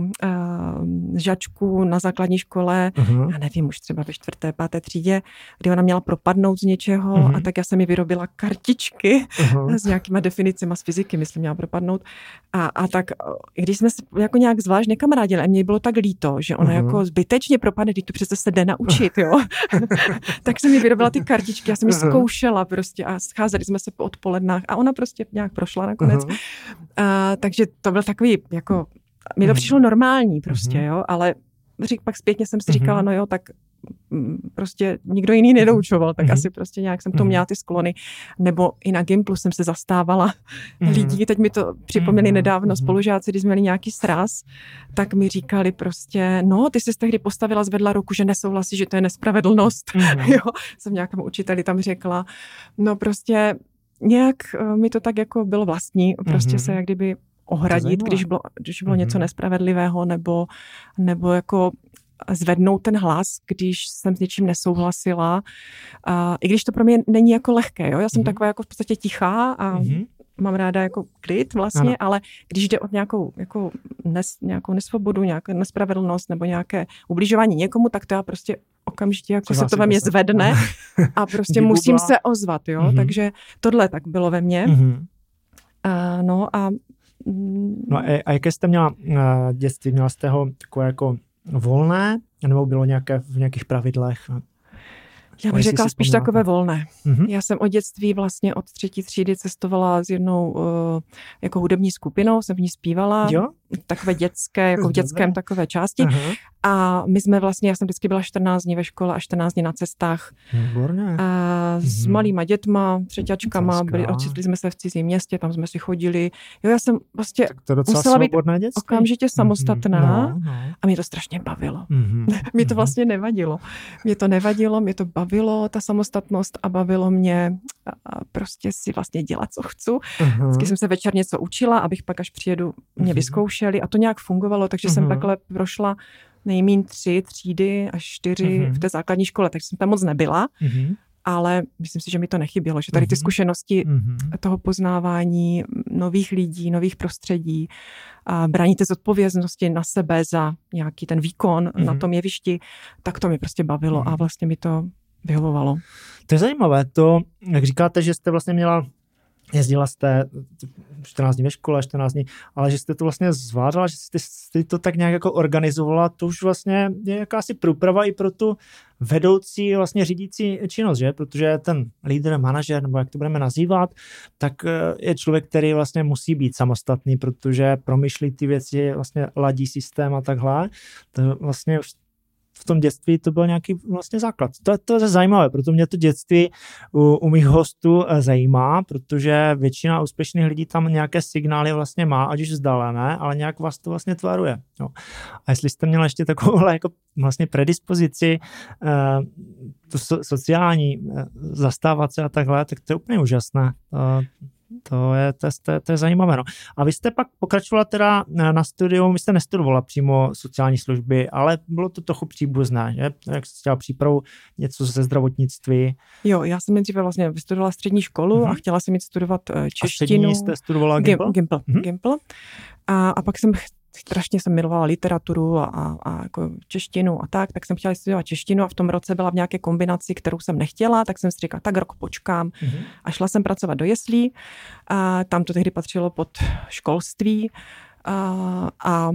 žačku na základní škole, já nevím, už třeba ve 4., 5. třídě, kdy ona měla propadnout z něčeho a tak já jsem mi vyrobila kartičky s nějakýma definicima z fyziky, myslím, měla propadnout. A tak, když jsme se jako nějak zvlášť nekamarádili, a mně bylo tak líto, že ona jako zbytečně propadne, když to přece se jde naučit, jo. Tak jsem mi vyrobila ty kartičky, já jsem ji zkoušela prostě a scházeli jsme se po odpolednách a ona prostě nějak prošla nakonec. Takže to byl takový, jako, mi to přišlo normální prostě, jo, ale pak zpětně jsem si říkala, no jo, tak prostě nikdo jiný nedoučoval, tak asi prostě nějak jsem to měla ty sklony, nebo i na Gimplu jsem se zastávala lidí, teď mi to připomněli nedávno spolužáci, když jsme měli nějaký sraz, tak mi říkali prostě, no, ty jsi tehdy postavila, zvedla ruku, že nesouhlasí, že to je nespravedlnost, jo, jsem nějakému učiteli tam řekla, no prostě nějak mi to tak jako bylo vlastní, prostě se jak kdyby ohradit, když bylo něco nespravedlivého, nebo jako zvednout ten hlas, když jsem s něčím nesouhlasila. I když to pro mě není jako lehké, jo? Já jsem taková jako v podstatě tichá a mám ráda jako klid vlastně, ale když jde o nějakou nesvobodu, nějakou nespravedlnost nebo nějaké ubližování někomu, tak to já prostě okamžitě jako se to ve mně zvedne a prostě musím se ozvat, jo? Takže tohle tak bylo ve mně. No a jaké jste měla dětství? Měla jste ho takové jako volné, nebo bylo v nějakých pravidlech? Já bych řekla spíš takové volné. Já jsem od dětství vlastně od 3. třídy cestovala s jednou jako hudební skupinou, jsem v ní zpívala, takové dětské, jako v dětském takové části. A my jsme vlastně, já jsem vždycky byla 14 dní ve škole a 14 dní na cestách. S malýma dětma, třeťačkama, ocitli jsme se v cizím městě, tam jsme si chodili. Jo, já jsem vlastně musela být okamžitě samostatná a mě to strašně bavilo. Mě to vlastně nevadilo. Mě to bavilo, ta samostatnost a bavilo mě prostě si vlastně dělat, co chci. Vždycky jsem se večer něco učila, abych pak, až přijedu, mě vyzkoušeli a to nějak fungovalo, takže jsem takhle prošla nejmín 3 třídy až 4 v té základní škole, takže jsem tam moc nebyla. ale myslím si, že mi to nechybělo, že tady ty zkušenosti toho poznávání nových lidí, nových prostředí, a braníte zodpovědnosti na sebe za nějaký ten výkon na tom jevišti, tak to mi prostě bavilo a vlastně mi to vyhovovalo. To je zajímavé, to, jak říkáte, že jste vlastně jezdila jste 14 dní ve škole, 14 dní, ale že jste to vlastně zvládala, že jste to tak nějak jako organizovala, to už vlastně je jakási průprava i pro tu vedoucí vlastně řídící činnost, že? Protože ten lídr, manažer, nebo jak to budeme nazývat, tak je člověk, který vlastně musí být samostatný, protože promýšlí ty věci, vlastně ladí systém a takhle. To vlastně v tom dětství to byl nějaký vlastně základ. To je zajímavé, proto mě to dětství u mých hostů zajímá, protože většina úspěšných lidí tam nějaké signály vlastně má, ať už vzdálené, ale nějak vás to vlastně tvaruje. Jo. A jestli jste měla ještě takovou jako vlastně predispozici to sociální, zastávat se a takhle, tak to je úplně úžasné. To je zajímavé. No. A vy jste pak pokračovala teda na studium, vy jste nestudovala přímo sociální služby, ale bylo to trochu příbuzné, že? Jak jste dělala přípravu něco ze zdravotnictví? Jo, já jsem nejdříve vlastně vystudovala střední školu a chtěla jsem jít studovat češtinu. A jste studovala Gimpl? Gimpl. A pak strašně jsem milovala literaturu a jako češtinu a tak jsem chtěla studovat češtinu a v tom roce byla v nějaké kombinaci, kterou jsem nechtěla, tak jsem si říkala, tak rok počkám a šla jsem pracovat do jeslí a tam to tehdy patřilo pod školství a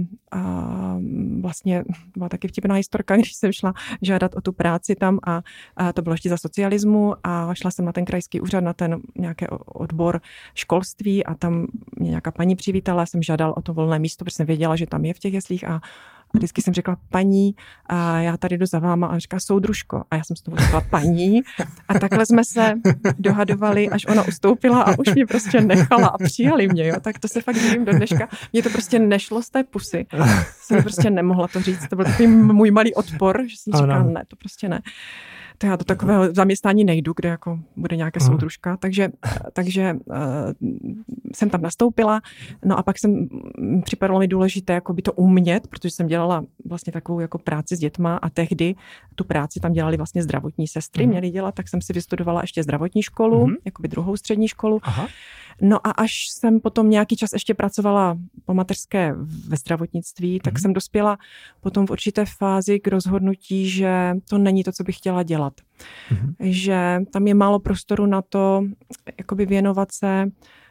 vlastně byla taky vtipná historka, když jsem šla žádat o tu práci tam a to bylo ještě za socialismu a šla jsem na ten krajský úřad, na ten nějaký odbor školství a tam mě nějaká paní přivítala, jsem žádala o to volné místo, protože jsem věděla, že tam je v těch jeslích a vždycky jsem řekla paní, a já tady jdu za váma a on říká soudružko. A já jsem s tomu řekla paní a takhle jsme se dohadovali, až ona ustoupila a už mě prostě nechala a přijali mě. Jo. Tak to se fakt divím do dneška. Mně to prostě nešlo z té pusy. Jsem prostě nemohla to říct. To byl takový můj malý odpor, že jsem říkala ne, to prostě ne. To já do takového zaměstnání nejdu, kde jako bude nějaká soudružka, takže jsem tam nastoupila, no a pak připadalo mi důležité jako by to umět, protože jsem dělala vlastně takovou jako práci s dětma a tehdy tu práci tam dělali vlastně zdravotní sestry, měli dělat, tak jsem si vystudovala ještě zdravotní školu, jakoby druhou střední školu. Aha. No a až jsem potom nějaký čas ještě pracovala po mateřské ve zdravotnictví, tak jsem dospěla potom v určité fázi k rozhodnutí, že to není to, co bych chtěla dělat. Že tam je málo prostoru na to, jakoby věnovat se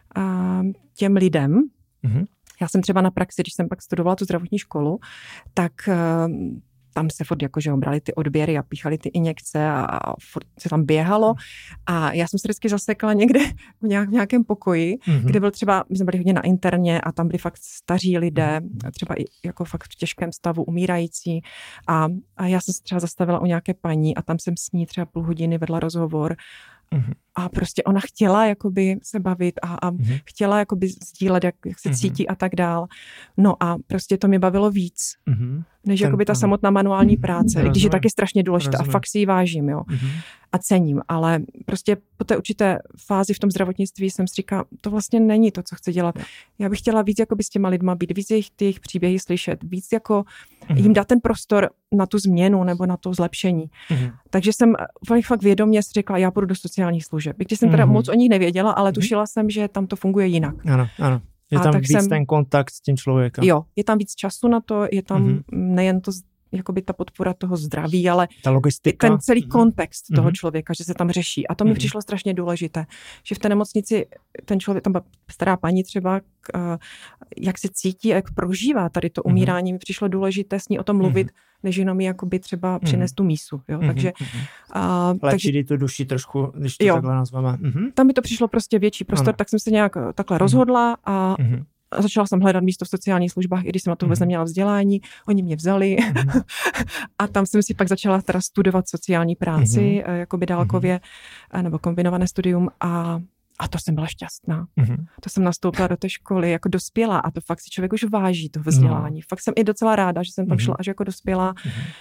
těm lidem. Já jsem třeba na praxi, když jsem pak studovala tu zdravotní školu, tak tam se furt jakože brali ty odběry a píchali ty injekce a furt se tam běhalo. A já jsem se vždycky zasekla někde v nějakém pokoji, kde byl třeba, my jsme byli hodně na interně a tam byli fakt staří lidé, třeba i jako fakt v těžkém stavu, umírající. A já jsem se třeba zastavila u nějaké paní a tam jsem s ní třeba půl hodiny vedla rozhovor. A prostě ona chtěla jakoby se bavit a chtěla jakoby sdílet, jak se cítí a tak dál. No a prostě to mě bavilo víc, než jakoby ta samotná manuální práce, i když je taky strašně důležitá a fakt si ji vážím, jo. A cením, ale prostě po té určité fázi v tom zdravotnictví jsem si říkala, to vlastně není to, co chci dělat. Já bych chtěla víc jakoby s těma lidma být, víc jejich příběhy slyšet, víc jako jim dát ten prostor na tu změnu nebo na to zlepšení. Takže jsem fakt vědomě si řekla, já půjdu do sociálních služeb. I když jsem teda moc o nich nevěděla, ale tušila jsem, že tam to funguje jinak. Ano. Je tam víc ten kontakt s tím člověkem. Jo, je tam víc času na to, je tam nejen to jakoby ta podpora toho zdraví, ale ta logistika. Ten celý kontext toho člověka, že se tam řeší. A to mi přišlo strašně důležité, že v té nemocnici ten člověk, tam stará paní třeba, jak se cítí, jak prožívá tady to umírání, mi přišlo důležité s ní o tom mluvit, než jenom jakoby třeba přinést tu mísu. Jo? Takže lepší tu duši trošku, když to takhle nazveme. Tam mi to přišlo prostě větší prostor, tak jsem se nějak takhle rozhodla a začala jsem hledat místo v sociálních službách, i když jsem na to vůbec neměla vzdělání. Oni mě vzali a tam jsem si pak začala teda studovat sociální práci, jakoby dálkově, nebo kombinované studium a to jsem byla šťastná. To jsem nastoupila do té školy jako dospělá a to fakt si člověk už váží toho vzdělání. Fakt jsem i docela ráda, že jsem tam šla až jako dospělá,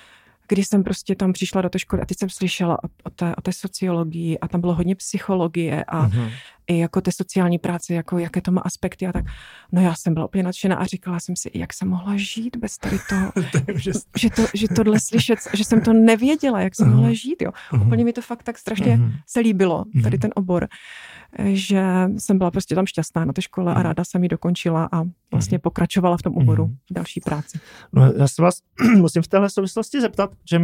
kdy jsem prostě tam přišla do té školy a teď jsem slyšela o té sociologii a tam bylo hodně psychologie a i jako té sociální práce, jako jaké to má aspekty a tak. No já jsem byla úplně nadšená a říkala jsem si, jak jsem mohla žít bez tady toho, že tohle slyšet, že jsem to nevěděla, jak jsem mohla žít, jo. Úplně mi to fakt tak strašně se líbilo, tady ten obor, že jsem byla prostě tam šťastná na té škole a ráda jsem ji dokončila a vlastně pokračovala v tom oboru v další práci. No, já se vás musím v téhle souvislosti zeptat, že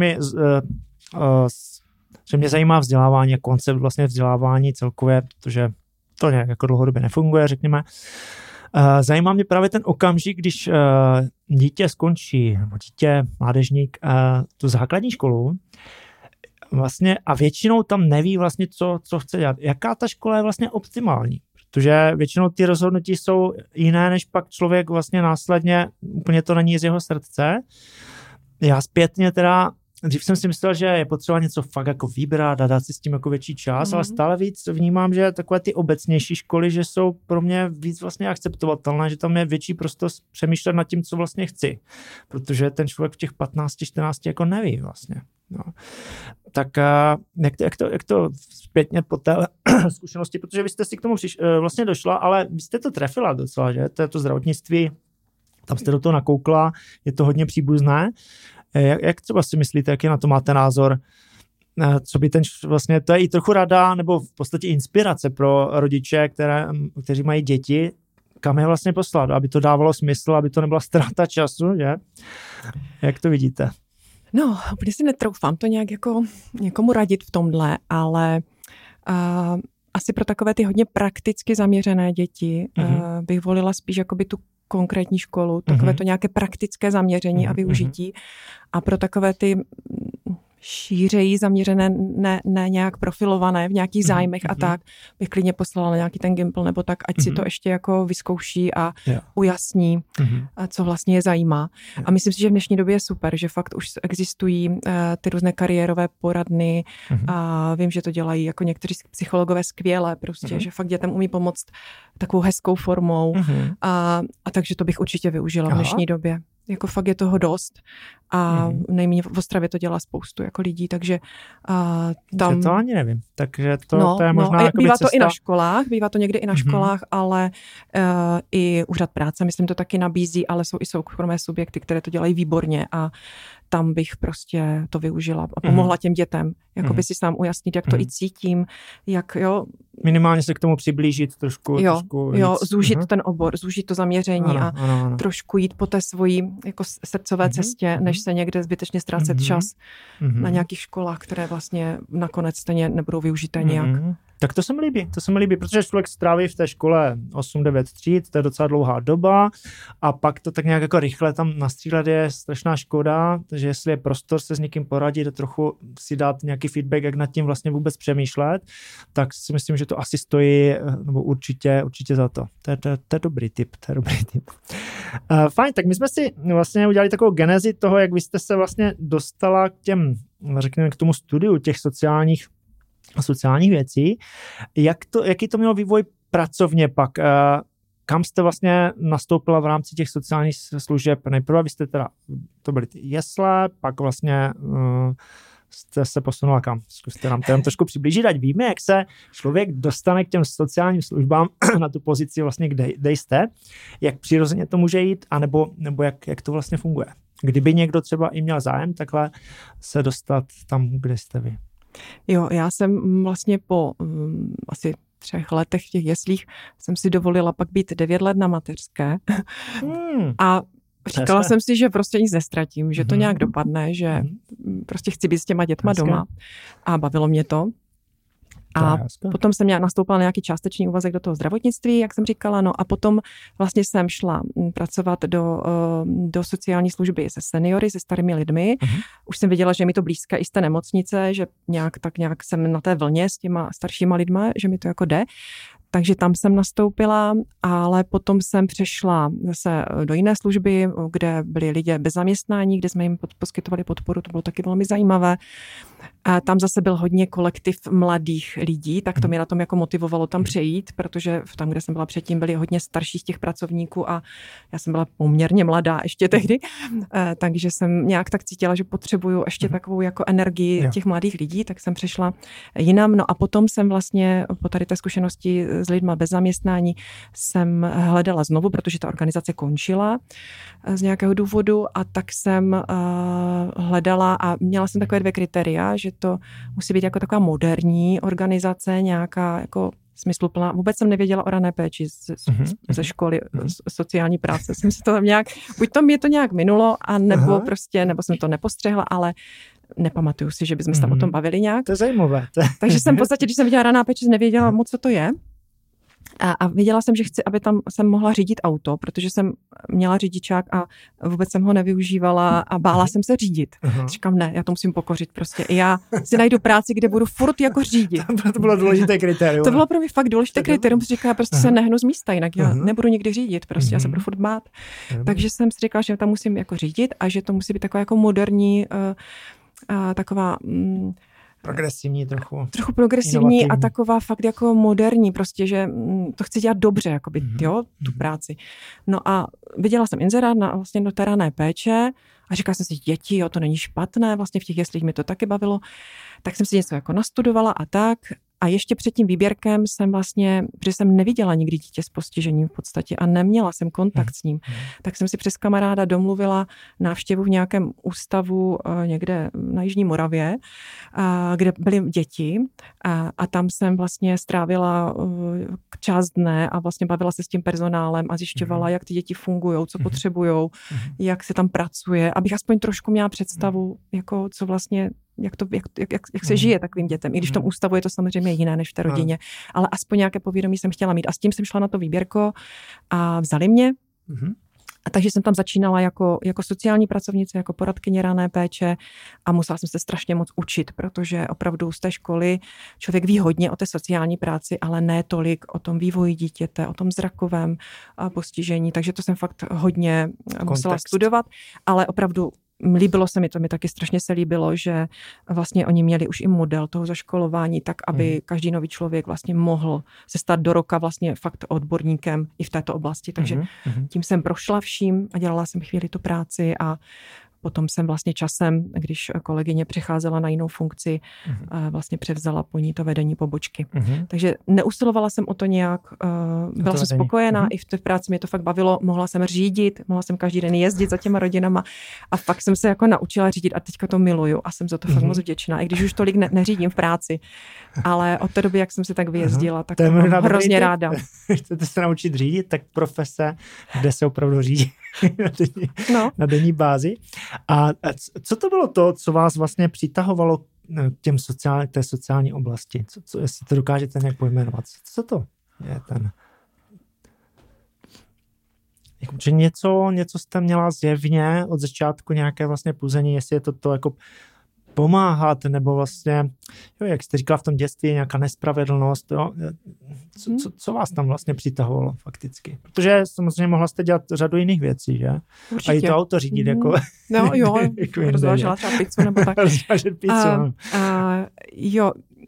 mě zajímá vzdělávání a koncept vlastně vzdělávání celkově, protože to nějak jako dlouhodobě nefunguje, řekněme. Zajímá mě právě ten okamžik, když dítě skončí, nebo dítě, mládežník, tu základní školu vlastně a většinou tam neví vlastně, co chce dělat. Jaká ta škola je vlastně optimální? Protože většinou ty rozhodnutí jsou jiné, než pak člověk vlastně následně, úplně to není z jeho srdce. Já zpětně teda, dřív jsem si myslel, že je potřeba něco fakt jako vybrat a dát si s tím jako větší čas, ale stále víc vnímám, že takové ty obecnější školy, že jsou pro mě víc vlastně akceptovatelné, že tam je větší prostor přemýšlet nad tím, co vlastně chci. Protože ten člověk v těch 15-14 jako neví vlastně. No. Tak jak to zpětně po té zkušenosti, protože vy jste si k tomu vlastně došla, ale vy jste to trefila docela, že? To zdravotnictví, tam jste do toho nakoukla, je to hodně příbuzné. Jak třeba si myslíte, jaký na to máte názor? Co by vlastně, to je i trochu rada, nebo v podstatě inspirace pro rodiče, kteří mají děti, kam je vlastně poslat, aby to dávalo smysl, aby to nebyla ztráta času, že? Jak to vidíte? No, úplně si netroufám to nějak jako někomu radit v tomhle, ale asi pro takové ty hodně prakticky zaměřené děti bych volila spíš jakoby tu konkrétní školu, takové to nějaké praktické zaměření a využití. A pro takové ty šířeji zaměřené, ne nějak profilované v nějakých zájmech a tak, bych klidně poslala na nějaký ten Gimpl nebo tak, ať si to ještě jako vyzkouší a ujasní, co vlastně je zajímá. A myslím si, že v dnešní době je super, že fakt už existují ty různé kariérové poradny a vím, že to dělají jako někteří psychologové skvěle prostě, že fakt dětem umí pomoct takovou hezkou formou a takže to bych určitě využila v dnešní době. Jako fakt je toho dost a nejméně v Ostravě to dělá spoustu jako lidí, takže tam... To ani nevím, takže to je možná bývá cesta. To i na školách, bývá to někdy i na školách, ale i úřad práce, myslím, to taky nabízí, ale jsou i soukromé subjekty, které to dělají výborně a tam bych prostě to využila a pomohla těm dětem, jako by si sám ujasnit, jak to i cítím, jak minimálně se k tomu přiblížit trošku. Zúžit ten obor, zúžit to zaměření a trošku jít po té svojí jako srdcové cestě, než se někde zbytečně ztrácet čas na nějakých školách, které vlastně nakonec stejně nebudou využité nějak. Tak to se mi líbí, protože člověk stráví v té škole 8-9 tříd, to je docela dlouhá doba a pak to tak nějak jako rychle tam nastřílet je strašná škoda, takže jestli je prostor se s někým poradit a trochu si dát nějaký feedback, jak nad tím vlastně vůbec přemýšlet, tak si myslím, že to asi stojí, nebo určitě za to. To je dobrý tip. Fajn, tak my jsme si vlastně udělali takovou genezi toho, jak vy jste se vlastně dostala k těm, řekněme, k tomu studiu těch sociálních věcí. Jaký to mělo vývoj pracovně pak? Kam jste vlastně nastoupila v rámci těch sociálních služeb? Nejprve vy jste teda, to byly ty jesle, pak vlastně jste se posunula kam? Zkuste nám tam trošku přiblížit, ať víme, jak se člověk dostane k těm sociálním službám na tu pozici vlastně, kde jste, jak přirozeně to může jít, anebo jak to vlastně funguje. Kdyby někdo třeba i měl zájem takhle se dostat tam, kde jste vy. Jo, já jsem vlastně po asi 3 letech v těch jeslích jsem si dovolila pak být 9 let na mateřské a říkala jsem si, že prostě nic nestratím, že to nějak dopadne, že prostě chci být s těma dětma doma a bavilo mě to. A potom jsem nastoupila na nějaký částečný úvazek do toho zdravotnictví, jak jsem říkala, no a potom vlastně jsem šla pracovat do sociální služby se seniory, se starými lidmi. Už jsem věděla, že je mi to blízké i z té nemocnice, že nějak jsem na té vlně s těma staršíma lidma, že mi to jako jde. Takže tam jsem nastoupila, ale potom jsem přešla zase do jiné služby, kde byli lidé bez zaměstnání, kde jsme jim poskytovali podporu, to bylo taky velmi zajímavé. A tam zase byl hodně kolektiv mladých lidí, tak to mě na tom jako motivovalo tam přejít, protože tam, kde jsem byla předtím, byli hodně starší z těch pracovníků a já jsem byla poměrně mladá ještě tehdy, takže jsem nějak tak cítila, že potřebuju ještě takovou jako energii těch mladých lidí, tak jsem přešla jinam. No a potom jsem vlastně po tady té zkušenosti s lidma bez zaměstnání jsem hledala znovu, protože ta organizace končila z nějakého důvodu a tak jsem hledala a měla jsem takové 2 kritéria, že to musí být jako taková moderní organizace, nějaká jako smysluplná. Vůbec jsem nevěděla o rané péči ze školy sociální práce. Jsem si to tam nějak, buď to mě to nějak minulo, a nebo nebo jsem to nepostřehla, ale nepamatuju si, že bychom se tam o tom bavili nějak. To je zajímavé. Takže jsem v podstatě, když jsem viděla raná péče, nevěděla moc, co to je. A věděla jsem, že chci, aby tam jsem mohla řídit auto, protože jsem měla řidičák a vůbec jsem ho nevyužívala a bála jsem se řídit. Říkám, ne, já to musím pokořit prostě. Já si najdu práci, kde budu furt jako řídit. To bylo důležité kritérium. To bylo pro mě fakt důležité kritérium, protože říkám, já prostě se nehnu z místa, jinak já nebudu nikdy řídit, prostě já se budu furt bát. Takže jsem si říkala, že tam musím jako řídit a že to musí být taková jako moderní, taková... progresivní trochu. Trochu progresivní inovativní. A taková fakt jako moderní, prostě, že to chci dělat dobře, jakoby, tu práci. No a viděla jsem inzerát vlastně do té rané péče a říkala jsem si, děti, to není špatné, vlastně v těch jeslích mi to taky bavilo, tak jsem si něco jako nastudovala a tak. A ještě před tím výběrkem jsem vlastně, protože jsem neviděla nikdy dítě s postižením v podstatě a neměla jsem kontakt s ním, tak jsem si přes kamaráda domluvila návštěvu v nějakém ústavu někde na Jižní Moravě, kde byly děti a tam jsem vlastně strávila část dne a vlastně bavila se s tím personálem a zjišťovala, jak ty děti fungujou, co potřebujou, jak se tam pracuje, abych aspoň trošku měla představu, jako co vlastně jak se žije takovým dětem. I když v tom ústavu je to samozřejmě jiné než v té rodině. Ale aspoň nějaké povědomí jsem chtěla mít. A s tím jsem šla na to výběrko a vzali mě. A takže jsem tam začínala jako sociální pracovnice, jako poradkyně rané péče a musela jsem se strašně moc učit, protože opravdu z té školy člověk ví hodně o té sociální práci, ale ne tolik o tom vývoji dítěte, o tom zrakovém postižení. Takže to jsem fakt hodně musela studovat, ale opravdu líbilo se mi, to mi taky strašně se líbilo, že vlastně oni měli už i model toho zaškolování, tak aby každý nový člověk vlastně mohl se stát do roka vlastně fakt odborníkem i v této oblasti. Takže tím jsem prošla vším a dělala jsem chvíli tu práci a potom jsem vlastně časem, když kolegyně přecházela na jinou funkci, vlastně převzala po ní to vedení pobočky. Takže neusilovala jsem o to nějak, byla jsem spokojená, i v té práci mě to fakt bavilo, mohla jsem řídit, mohla jsem každý den jezdit za těma rodinama a fakt jsem se jako naučila řídit a teďka to miluju a jsem za to fakt moc vděčná, i když už tolik neřídím v práci, ale od té doby, jak jsem se tak vyjezdila, tak to mám hrozně ráda. Chcete se naučit řídit, tak profese, kde se opravdu řídí na denní bázi. A co to bylo to, co vás vlastně přitahovalo k té sociální oblasti? Jestli to dokážete nějak pojmenovat? Co to je ten? Že něco jste měla zjevně od začátku nějaké vlastně puzení, jestli je to jako pomáhat, nebo vlastně, jak jste říkala v tom dětství, nějaká nespravedlnost, co vás tam vlastně přitahovalo fakticky? Protože samozřejmě mohla jste dělat řadu jiných věcí, že? Určitě. A i to auto řídit, jako... No jo, rozvážela třeba pizzu, nebo tak. Rozvážet pizzu, jo.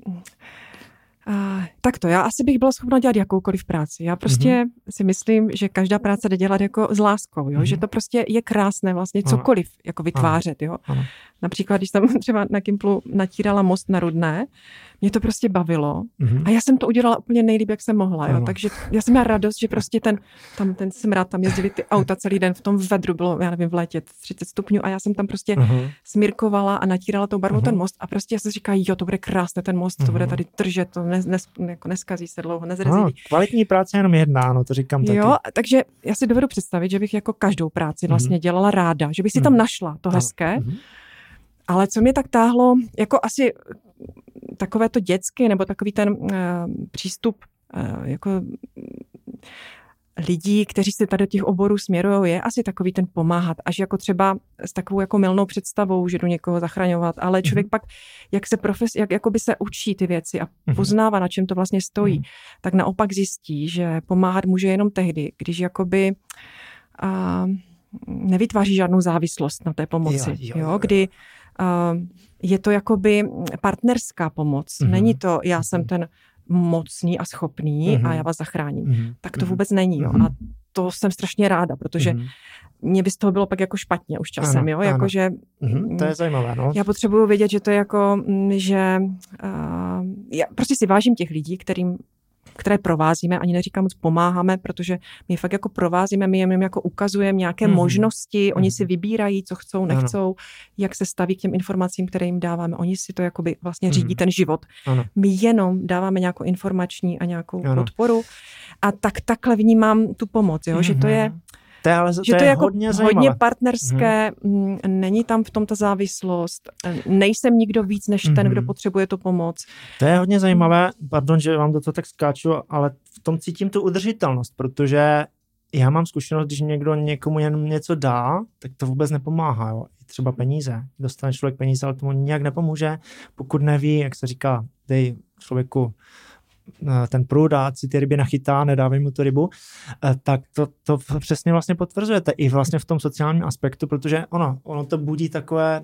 Tak to, já asi bych byla schopna dělat jakoukoliv práci. Já prostě si myslím, že každá práce jde dělat jako s láskou, jo? Že to prostě je krásné vlastně cokoliv jako vytvářet. Jo? Například, když jsem třeba na Gimplu natírala most na Rudné, mě to prostě bavilo a já jsem to udělala úplně nejlíp, jak jsem mohla. Jo? Takže já jsem měla radost, že prostě ten smrad, tam jezdili ty auta celý den v tom vedru, bylo, já nevím, v létě 30 stupňů a já jsem tam prostě smírkovala a natírala tou barvou ten most a prostě já jsem říkala, jo, to bude krásné ten most, to bude tady držet, to jako neskazí se dlouho, nezrazí. Kvalitní práce je jenom jedna, to říkám taky. Jo, takže já si dovedu představit, že bych jako každou práci vlastně dělala ráda, že bych si tam našla to hezké, ale co mě tak táhlo, jako asi takové to dětské, nebo takový ten přístup jako lidí, kteří se tady do těch oborů směrují, je asi takový ten pomáhat, až jako třeba s takovou jako mylnou představou, že jdu někoho zachraňovat, ale člověk pak, jak jakoby se učí ty věci a poznává, na čem to vlastně stojí, tak naopak zjistí, že pomáhat může jenom tehdy, když jakoby nevytváří žádnou závislost na té pomoci, jo? Kdy je to jakoby partnerská pomoc. Není to, já jsem ten mocný a schopný a já vás zachráním. Tak to vůbec není. Jo? A to jsem strašně ráda, protože mě by z toho bylo pak jako špatně už časem. Ano, jo? Jako, že, to je zajímavé. No. Já potřebuju vědět, že to je jako, že já prostě si vážím těch lidí, které provázíme, ani neříkám moc pomáháme, protože my fakt jako provázíme, my jim jako ukazujeme nějaké možnosti, oni si vybírají, co chcou, nechcou, jak se staví k těm informacím, které jim dáváme. Oni si to jakoby vlastně řídí ten život. My jenom dáváme nějakou informační a nějakou podporu a takhle vnímám tu pomoc, jo? Že to je že to je jako hodně partnerské, není tam v tom ta závislost, nejsem nikdo víc než ten, kdo potřebuje tu pomoc. To je hodně zajímavé, pardon, že vám do toho tak skáču, ale v tom cítím tu udržitelnost, protože já mám zkušenost, když někdo někomu jenom něco dá, tak to vůbec nepomáhá, jo. Třeba peníze. Dostane člověk peníze, ale tomu nijak nepomůže, pokud neví, jak se říká, dej člověku ten průd a si ty ryby nachytá, nedávej mu tu rybu, tak to přesně vlastně potvrzujete i vlastně v tom sociálním aspektu, protože ono to budí takové,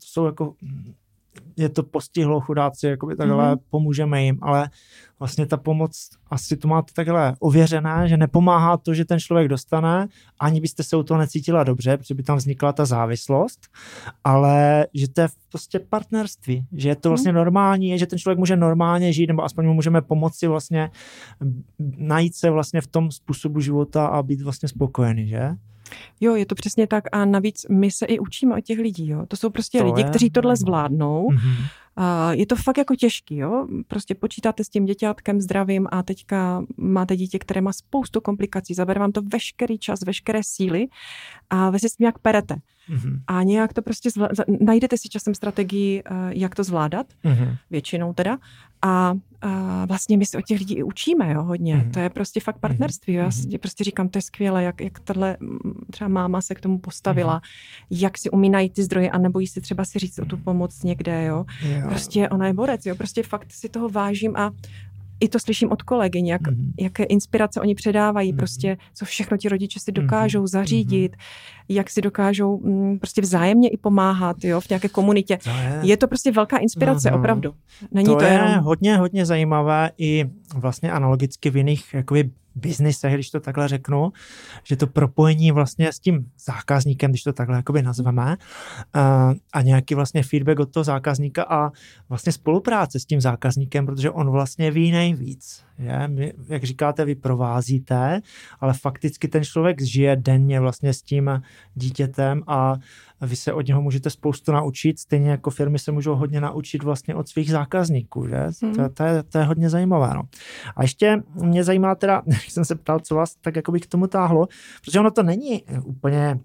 je to postihlo chudáci, jakoby takhle pomůžeme jim, ale vlastně ta pomoc, asi to máte takhle ověřené, že nepomáhá to, že ten člověk dostane, ani byste se u toho necítila dobře, protože by tam vznikla ta závislost, ale že to je prostě partnerství, že je to vlastně normální, že ten člověk může normálně žít, nebo aspoň mu můžeme pomoci vlastně najít se vlastně v tom způsobu života a být vlastně spokojený, že? Jo, je to přesně tak a navíc my se i učíme od těch lidí, jo. To jsou prostě lidi, kteří tohle zvládnou. Je to fakt jako těžký, jo. Prostě počítáte s tím děťátkem zdravým a teďka máte dítě, které má spoustu komplikací, zabere vám to veškerý čas, veškeré síly a vy si s tím jak perete. A nějak to prostě najdete si časem strategii, jak to zvládat, většinou teda. A vlastně my se od těch lidí i učíme, jo, hodně. To je prostě fakt partnerství. Já si prostě říkám, to je skvělé, jak tahle třeba máma se k tomu postavila, jak si umí najít ty zdroje a nebojí si třeba si říct o tu pomoc někde, jo. Prostě ona je borec, jo. Prostě fakt si toho vážím a i to slyším od kolegyň, jaké inspirace oni předávají, prostě co všechno ti rodiče si dokážou zařídit, jak si dokážou prostě vzájemně i pomáhat, jo, v nějaké komunitě. Je to prostě velká inspirace, opravdu. Není to je jenom... hodně zajímavé i vlastně analogicky v jiných jakoby biznisech, když to takhle řeknu, že to propojení vlastně s tím zákazníkem, když to takhle jakoby nazveme, a nějaký vlastně feedback od toho zákazníka a vlastně spolupráce s tím zákazníkem, protože on vlastně ví nejvíc. Je? Jak říkáte, vy provázíte, ale fakticky ten člověk žije denně vlastně s tím dítětem a vy se od něho můžete spoustu naučit, stejně jako firmy se můžou hodně naučit vlastně od svých zákazníků, že? To je hodně zajímavé, no. A ještě mě zajímá teda, jak jsem se ptal, co vás tak jakoby k tomu táhlo, protože ono to není úplně,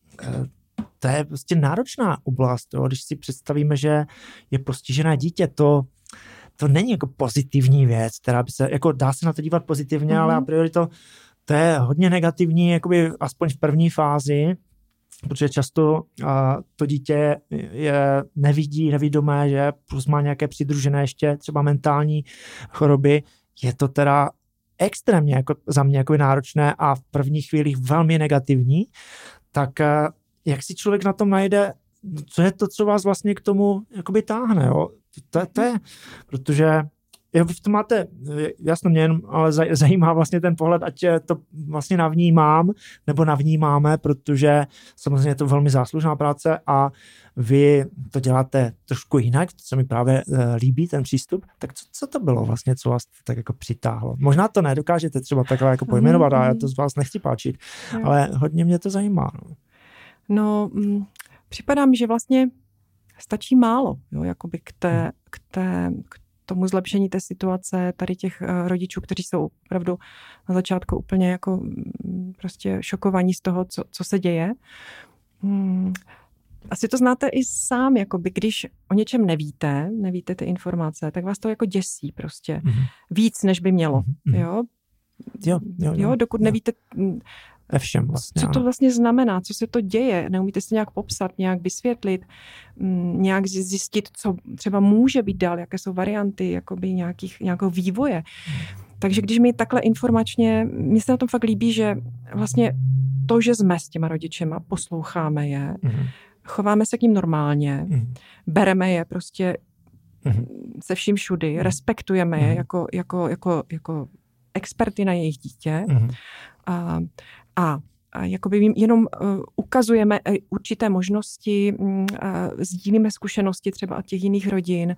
to je prostě náročná oblast, jo? Když si představíme, že je postižené dítě, to není jako pozitivní věc, která by se, jako dá se na to dívat pozitivně, ale a priori to je hodně negativní, jakoby aspoň v první fázi, protože často to dítě nevidí, nevidomé, že plus má nějaké přidružené ještě třeba mentální choroby. Je to teda extrémně jako za mě jako náročné a v prvních chvílích velmi negativní. Tak jak si člověk na tom najde, co je to, co vás vlastně k tomu jakoby táhne, jo? To je, protože v tom máte, jasno mě jenom, ale zajímá vlastně ten pohled, ať to vlastně navnímám, nebo navnímáme, protože samozřejmě je to velmi záslužná práce a vy to děláte trošku jinak, to se mi právě líbí, ten přístup. Tak co to bylo vlastně, co vás tak jako přitáhlo? Možná to nedokážete třeba takhle jako pojmenovat a já to z vás nechci páčit, ale hodně mě to zajímá. No, připadá mi, že vlastně stačí málo, jo, jakoby k tomu zlepšení té situace tady těch rodičů, kteří jsou opravdu na začátku úplně jako prostě šokovaní z toho, co se děje. Asi to znáte i sám, jakoby, když o něčem nevíte ty informace, tak vás to jako děsí prostě víc, než by mělo, jo. dokud nevíte, všem vlastně, co to vlastně znamená, co se to děje, neumíte se nějak popsat, nějak vysvětlit, nějak zjistit, co třeba může být dál, jaké jsou varianty jakoby nějakého vývoje. Takže když mi takhle informačně, mně se na tom fakt líbí, že vlastně to, že jsme s těma rodičema, posloucháme je, chováme se k ním normálně, bereme je prostě se vším všudy, respektujeme je jako experty na jejich dítě a jakoby jim jenom ukazujeme určité možnosti, sdílíme zkušenosti třeba od těch jiných rodin,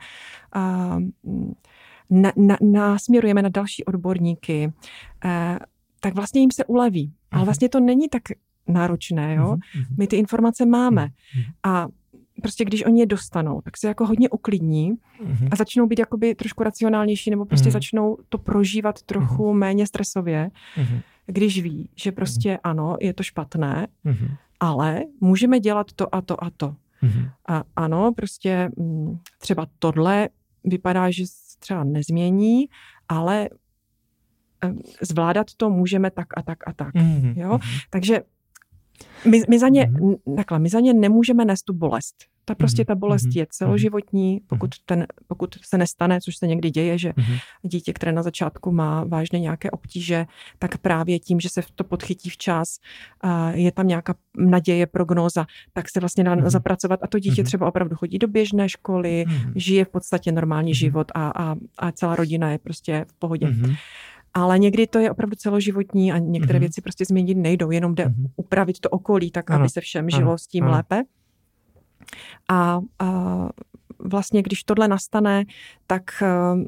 nasměrujeme na další odborníky, tak vlastně jim se uleví. Ale vlastně to není tak náročné, jo? My ty informace máme a prostě když oni je dostanou, tak se jako hodně uklidní a začnou být jakoby trošku racionálnější nebo prostě začnou to prožívat trochu méně stresově, když ví, že prostě ano, je to špatné, ale můžeme dělat to a to a to. A ano, prostě třeba tohle vypadá, že se třeba nezmění, ale zvládat to můžeme tak a tak a tak. Jo? Takže my za ně nemůžeme nést tu bolest. Ta bolest je celoživotní, pokud se nestane, což se někdy děje, že dítě, které na začátku má vážně nějaké obtíže, tak právě tím, že se to podchytí včas, je tam nějaká naděje, prognóza, tak se vlastně dá zapracovat a to dítě třeba opravdu chodí do běžné školy, žije v podstatě normální život a celá rodina je prostě v pohodě. Ale někdy to je opravdu celoživotní a některé věci prostě změnit nejdou, jenom jde upravit to okolí tak, aby se všem žilo s tím lépe. A vlastně, když tohle nastane, tak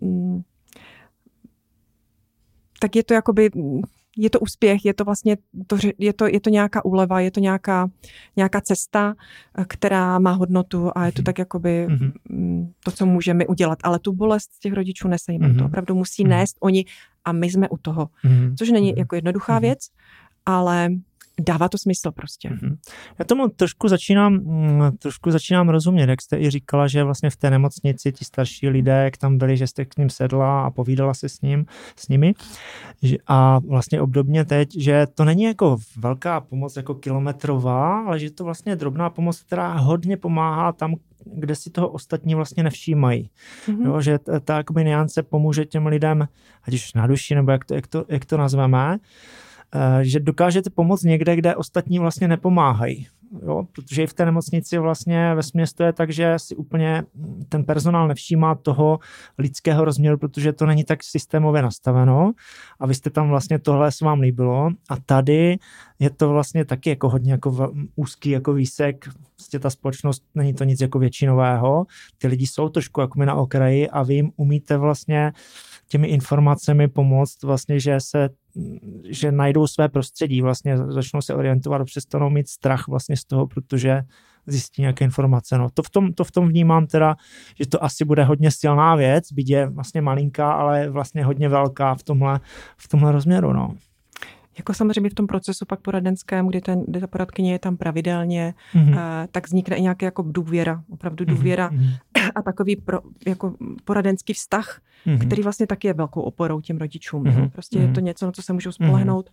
je to jakoby, je to úspěch, je to vlastně, je to nějaká úleva, je to nějaká cesta, která má hodnotu a je to tak jakoby to, co můžeme udělat. Ale tu bolest těch rodičů nesejme, to opravdu musí nést oni a my jsme u toho. Což není jako jednoduchá věc, ale dává to smysl prostě. Já tomu trošku začínám rozumět, jak jste i říkala, že vlastně v té nemocnici ti starší lidé, jak tam byli, že jste k ním sedla a povídala se s nimi. A vlastně obdobně teď, že to není jako velká pomoc jako kilometrová, ale že to vlastně je drobná pomoc, která hodně pomáhá tam, kde si toho ostatní vlastně nevšímají. Jo, že ta jakoby nuance pomůže těm lidem, ať už na duši, nebo jak to nazveme, že dokážete pomoct někde, kde ostatní vlastně nepomáhají. Jo? Protože i v té nemocnici vlastně vesměs to je tak, že si úplně ten personál nevšímá toho lidského rozměru, protože to není tak systémově nastaveno a vy jste tam vlastně, tohle se vám líbilo a tady je to vlastně taky jako hodně jako úzký jako výsek, vlastně ta společnost není to nic jako většinového, ty lidi jsou trošku jako na okraji a vy jim umíte vlastně těmi informacemi pomoct vlastně, že najdou své prostředí, vlastně začnou se orientovat, přestanou mít strach vlastně z toho, protože zjistí nějaké informace. No, to v tom vnímám teda, že to asi bude hodně silná věc, byť je vlastně malinká, ale vlastně hodně velká v tomhle rozměru. No. Jako samozřejmě v tom procesu pak poradenském, kdy ta poradkyně je tam pravidelně, tak vznikne i nějaká jako důvěra, opravdu důvěra a takový jako poradenský vztah, který vlastně taky je velkou oporou těm rodičům. Prostě je to něco, na co se můžou spolehnout,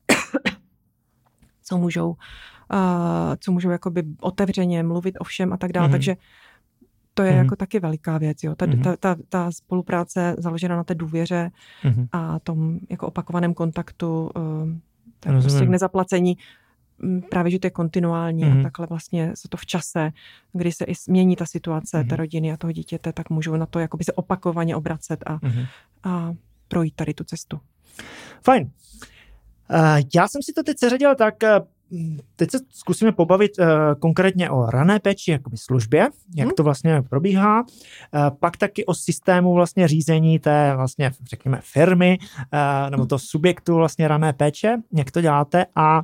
co můžou jakoby otevřeně mluvit o všem a tak dále. Takže to je jako taky veliká věc. Jo. Ta spolupráce založená na té důvěře a tom jako opakovaném kontaktu, tak prostě k nezaplacení, právě, že to je kontinuální a takhle vlastně se to v čase, kdy se i změní ta situace té rodiny a toho dítěte, tak můžou na to jakoby se opakovaně obracet a projít tady tu cestu. Fajn. Já jsem si to teď seřadil tak, teď se zkusíme pobavit konkrétně o rané péči, jakoby službě, jak to vlastně probíhá, pak taky o systému vlastně řízení té vlastně, řekněme, firmy nebo toho subjektu vlastně rané péče, jak to děláte a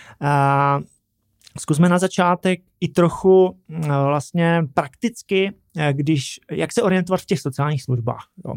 zkusme na začátek i trochu vlastně prakticky, jak se orientovat v těch sociálních službách. Jo.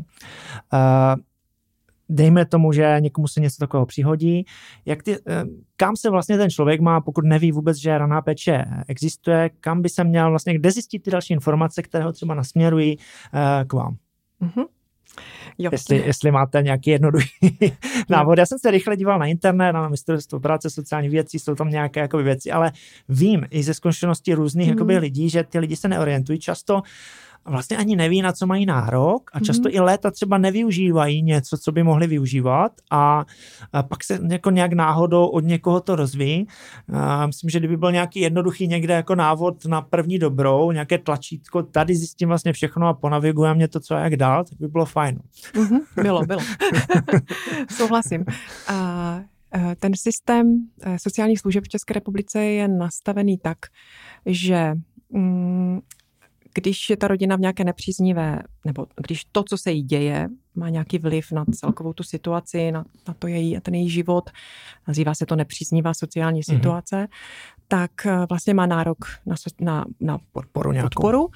Dejme tomu, že někomu se něco takového přihodí. Kam se vlastně ten člověk má, pokud neví vůbec, že raná péče existuje, kam by se měl vlastně, kde zjistit ty další informace, které ho třeba nasměrují k vám? Jo. Jestli máte nějaký jednoduchý návod. Já jsem se rychle díval na internet, na Ministerstvo práce sociálních věcí, jsou tam nějaké jakoby věci, ale vím i ze zkušeností různých jakoby lidí, že ty lidi se neorientují často, vlastně ani neví, na co mají nárok a často i léta třeba nevyužívají něco, co by mohli využívat a pak se jako nějak náhodou od někoho to rozvíjí. Myslím, že kdyby byl nějaký jednoduchý někde jako návod na první dobrou, nějaké tlačítko, tady zjistím vlastně všechno a ponaviguje mě to, co a jak dál, tak by bylo fajn. Bylo. Souhlasím. Ten systém sociálních služeb v České republice je nastavený tak, že když je ta rodina v nějaké nepříznivé, nebo když to, co se jí děje, má nějaký vliv na celkovou tu situaci, na ten její život, nazývá se to nepříznivá sociální situace, tak vlastně má nárok na podporu.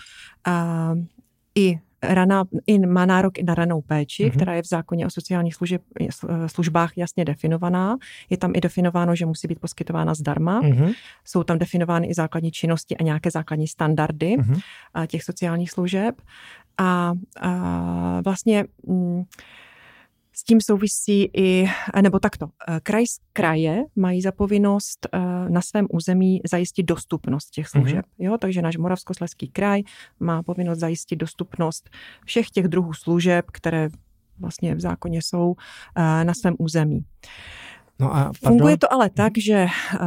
I má nárok i na ranou péči, která je v zákoně o sociálních službách jasně definovaná. Je tam i definováno, že musí být poskytována zdarma. Jsou tam definovány i základní činnosti a nějaké základní standardy těch sociálních služeb. A vlastně s tím souvisí nebo takto. Kraje mají za povinnost na svém území zajistit dostupnost těch služeb. Jo? Takže náš Moravskoslezský kraj má povinnost zajistit dostupnost všech těch druhů služeb, které vlastně v zákoně jsou na svém území. No a funguje to ale tak, že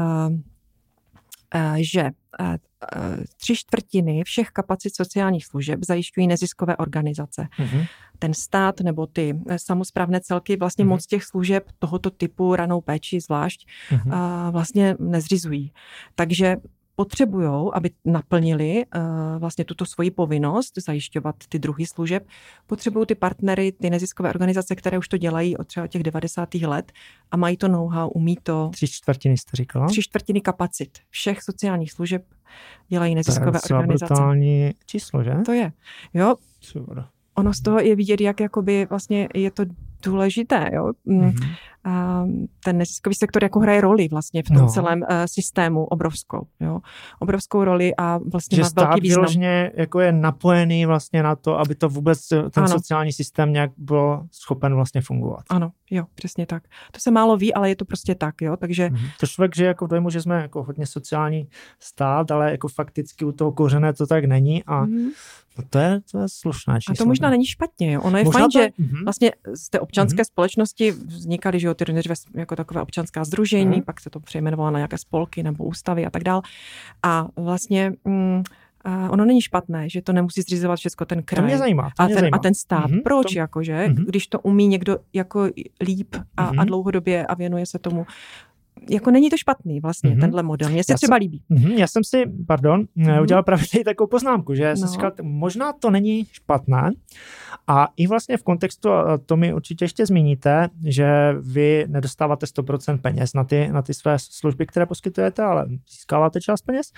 3/4 všech kapacit sociálních služeb zajišťují neziskové organizace. Ten stát nebo ty samosprávné celky vlastně moc těch služeb tohoto typu, ranou péči zvlášť, vlastně nezřizují. Takže potřebujou, aby naplnili vlastně tuto svoji povinnost zajišťovat ty druhy služeb, potřebují ty partnery, ty neziskové organizace, které už to dělají od třeba těch 90. let a mají to know-how, umí to. 3/4 jste říkala? 3/4 kapacit všech sociálních služeb dělají neziskové organizace. To je brutální číslo, že? To je, jo. Super. Ono z toho je vidět, jak jakoby vlastně je to důležité, jo. A ten neziskový sektor jako hraje roli vlastně v tom celém systému obrovskou roli a vlastně že má velký význam. Vyloženě jako je napojený vlastně na to, aby to vůbec ten sociální systém nějak byl schopen vlastně fungovat. Ano, jo, přesně tak. To se málo ví, ale je to prostě tak, jo, takže. To člověk, že jako dojmu, že jsme jako hodně sociální stát, ale jako fakticky u toho kořené to tak není a to je slušná číslo. A to možná není špatně, jo. Ono je fajn, že vlastně z té občanské společnosti vznikaly, že jo, ty jako takové občanská sdružení, pak se to přejmenovalo na nějaké spolky nebo ústavy a tak dál. A vlastně ono není špatné, že to nemusí zřizovat všechno ten kraj. To mě zajímá. A ten stát. Proč jakože? Když to umí někdo jako líp a dlouhodobě a věnuje se tomu. Jako není to špatný vlastně, tenhle model. Mně se třeba líbí. Já jsem si, udělal právě takovou poznámku, že jsem říkal, možná to není špatné a i vlastně v kontextu, a to mi určitě ještě zmíníte, že vy nedostáváte 100% peněz na ty své služby, které poskytujete, ale získáváte část peněz,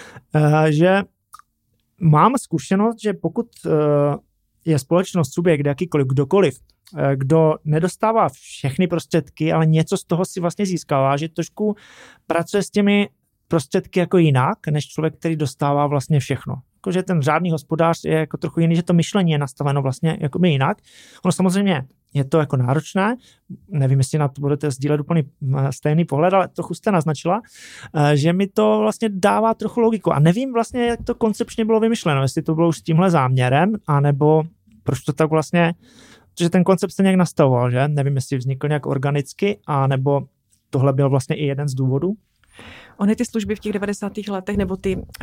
že mám zkušenost, že pokud je společnost, subjekt, jakýkoliv, kdokoliv, kdo nedostává všechny prostředky, ale něco z toho si vlastně získává, že trošku pracuje s těmi prostředky jako jinak, než člověk, který dostává vlastně všechno. Jakože ten řádný hospodář je jako trochu jiný, že to myšlení je nastaveno vlastně jakoby jinak. Ono samozřejmě je to jako náročné, nevím, jestli na to budete sdílet úplně stejný pohled, ale trochu jste naznačila, že mi to vlastně dává trochu logiku. A nevím vlastně, jak to koncepčně bylo vymyšleno, jestli to bylo už s tímhle záměrem, anebo proč to tak vlastně, protože ten koncept se nějak nastavoval, že? Nevím, jestli vznikl nějak organicky, anebo tohle byl vlastně i jeden z důvodů. Ony ty služby v těch 90. letech, nebo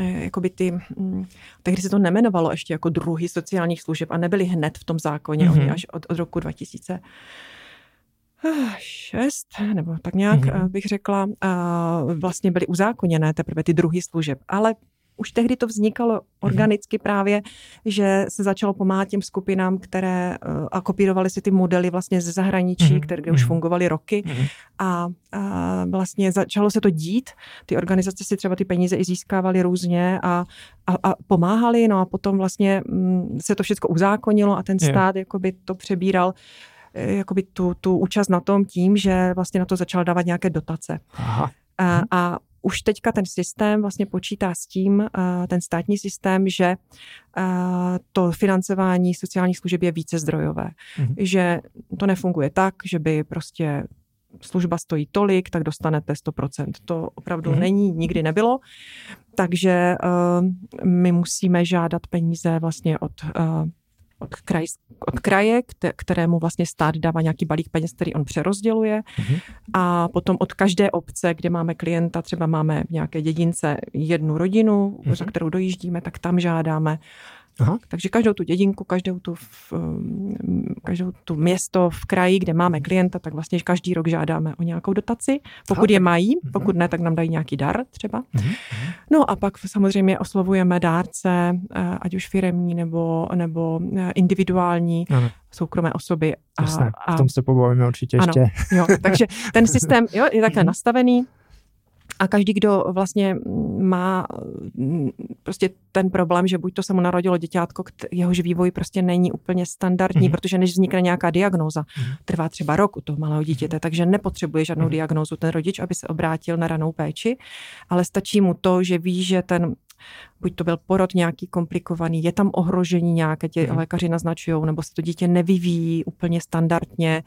tehdy se to nemenovalo ještě jako druhy sociálních služeb a nebyly hned v tom zákoně, oni až od roku 2006, nebo tak nějak bych řekla, vlastně byly uzákoněné teprve ty druhy služeb, ale už tehdy to vznikalo organicky právě, že se začalo pomáhat těm skupinám, které a kopírovaly si ty modely vlastně ze zahraničí, které už fungovaly roky a vlastně začalo se to dít. Ty organizace si třeba ty peníze i získávaly různě a pomáhaly, no a potom vlastně se to všechno uzákonilo a ten stát jakoby to přebíral jakoby tu účast na tom tím, že vlastně na to začal dávat nějaké dotace. Aha. A už teďka ten systém vlastně počítá s tím, ten státní systém, že to financování sociálních služeb je více zdrojové. Že to nefunguje tak, že by prostě služba stojí tolik, tak dostanete 100%. To opravdu není, nikdy nebylo. Takže my musíme žádat peníze vlastně od kraje, kterému vlastně stát dává nějaký balík peněz, který on přerozděluje. A potom od každé obce, kde máme klienta, třeba máme v nějaké dědince jednu rodinu, za kterou dojíždíme, tak tam žádáme. Aha. Takže každou tu dědinku, každou tu město v kraji, kde máme klienta, tak vlastně každý rok žádáme o nějakou dotaci. Pokud je mají, pokud ne, tak nám dají nějaký dar třeba. No a pak samozřejmě oslovujeme dárce, ať už firemní nebo individuální, soukromé osoby. Jasné, v tom se pobavíme určitě ještě. Jo, takže ten systém je takhle nastavený. A každý, kdo vlastně má prostě ten problém, že buď to se mu narodilo děťátko, jehož vývoj prostě není úplně standardní, protože než vznikne nějaká diagnóza, trvá třeba rok u toho malého dítěte, takže nepotřebuje žádnou diagnózu ten rodič, aby se obrátil na ranou péči, ale stačí mu to, že ví, že buď to byl porod nějaký komplikovaný, je tam ohrožení nějaké, lékaři naznačují, nebo se to dítě nevyvíjí úplně standardně,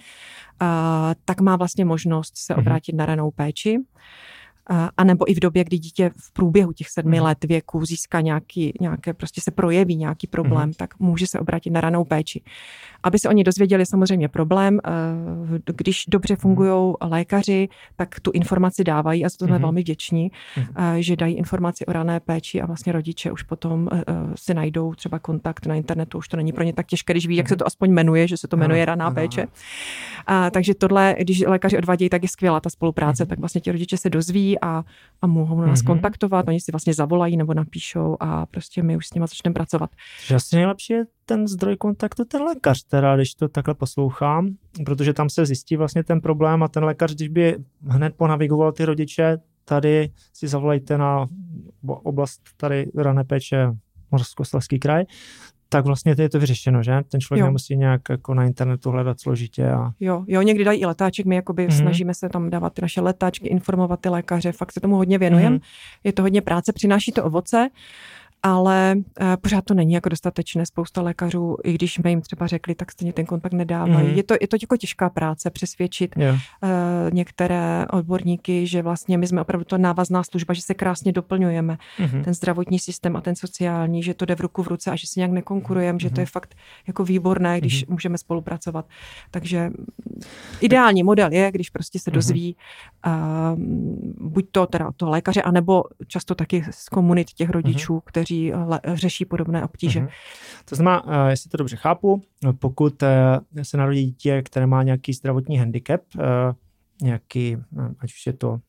tak má vlastně možnost se obrátit na ranou péči. A nebo i v době, kdy dítě v průběhu těch 7 let věku získá nějaké prostě se projeví nějaký problém, tak může se obrátit na ranou péči. Aby se oni dozvěděli samozřejmě problém, když dobře fungují lékaři, tak tu informaci dávají a za to jsme velmi vděční, že dají informaci o rané péči a vlastně rodiče už potom si najdou třeba kontakt na internetu, už to není pro ně tak těžké, když ví, jak se to aspoň jmenuje, že se to jmenuje raná péče. Takže tohle, když lékaři odvádějí, tak je skvělá ta spolupráce, tak vlastně ti rodiče se dozví a mohou nás kontaktovat, oni si vlastně zavolají nebo napíšou a prostě my už s nimi začneme pracovat. Asi nejlepší je ten zdroj kontaktu, ten lékař, teda, když to takhle poslouchám, protože tam se zjistí vlastně ten problém a ten lékař, když by hned ponavigoval ty rodiče, tady si zavolejte na oblast tady rané péče Moravskoslezský kraj, tak vlastně to je to vyřešeno, že? Ten člověk nemusí nějak jako na internetu hledat složitě. Jo, někdy dají i letáček, my jakoby snažíme se tam dávat ty naše letáčky, informovat ty lékaře, fakt se tomu hodně věnujeme. Je to hodně práce, přináší to ovoce, ale pořád to není jako dostatečné. Spousta lékařů, i když jsme jim třeba řekli, tak stejně ten kontakt nedávají. Je to jako těžká práce přesvědčit některé odborníky, že vlastně my jsme opravdu to návazná služba, že se krásně doplňujeme. Ten zdravotní systém a ten sociální, že to jde v ruku v ruce a že si nějak nekonkurujeme, že to je fakt jako výborné, když můžeme spolupracovat. Takže ideální model je, když prostě se dozví buď to teda od toho lékaře, anebo často taky z komunit těch rodičů, kteří řeší podobné obtíže. To znamená, jestli to dobře chápu, pokud se narodí dítě, které má nějaký zdravotní handicap, nějaký, ať už je to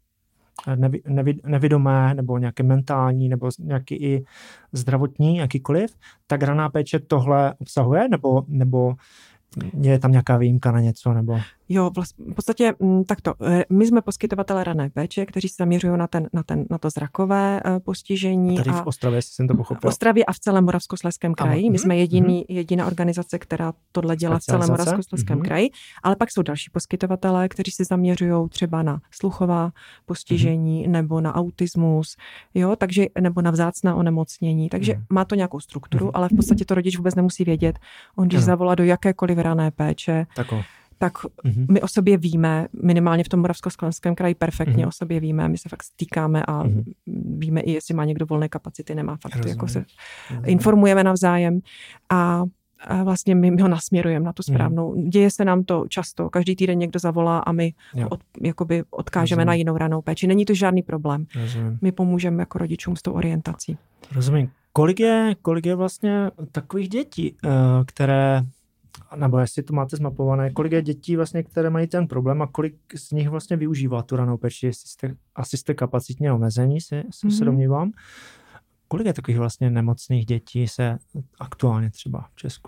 nevidomé, nebo nějaké mentální, nebo nějaký i zdravotní, jakýkoliv, tak raná péče tohle obsahuje, nebo je tam nějaká výjimka na něco, nebo... Jo, v podstatě takto. My jsme poskytovatelé rané péče, kteří se zaměřují na to zrakové postižení. Tady v Ostravě, jestli jsem to pochopil. V Ostravě a v celém Moravskoslezském kraji. My jsme jediná organizace, která tohle dělá v celém Moravskoslezském kraji. Ale pak jsou další poskytovatelé, kteří se zaměřují třeba na sluchová postižení nebo na autismus, jo, takže nebo na vzácná onemocnění. Takže má to nějakou strukturu, ale v podstatě to rodič vůbec nemusí vědět. On když zavolá do jakékoliv rané péče, tak my o sobě víme, minimálně v tom Moravskoslezském kraji perfektně o sobě víme, my se fakt stýkáme a víme i, jestli má někdo volné kapacity, nemá fakt, jako se informujeme navzájem a vlastně my ho nasměrujeme na tu správnou. Děje se nám to často, každý týden někdo zavolá a my jakoby odkážeme na jinou ranou péči. Není to žádný problém. My pomůžeme jako rodičům s tou orientací. Rozumím. Kolik je vlastně takových dětí, které... Nebo jestli to máte zmapované, kolik je dětí vlastně, které mají ten problém a kolik z nich vlastně využívá tu ranou péči, asi jste kapacitně omezení, se domnívám. Kolik je takových vlastně nemocných dětí se aktuálně třeba v Česku?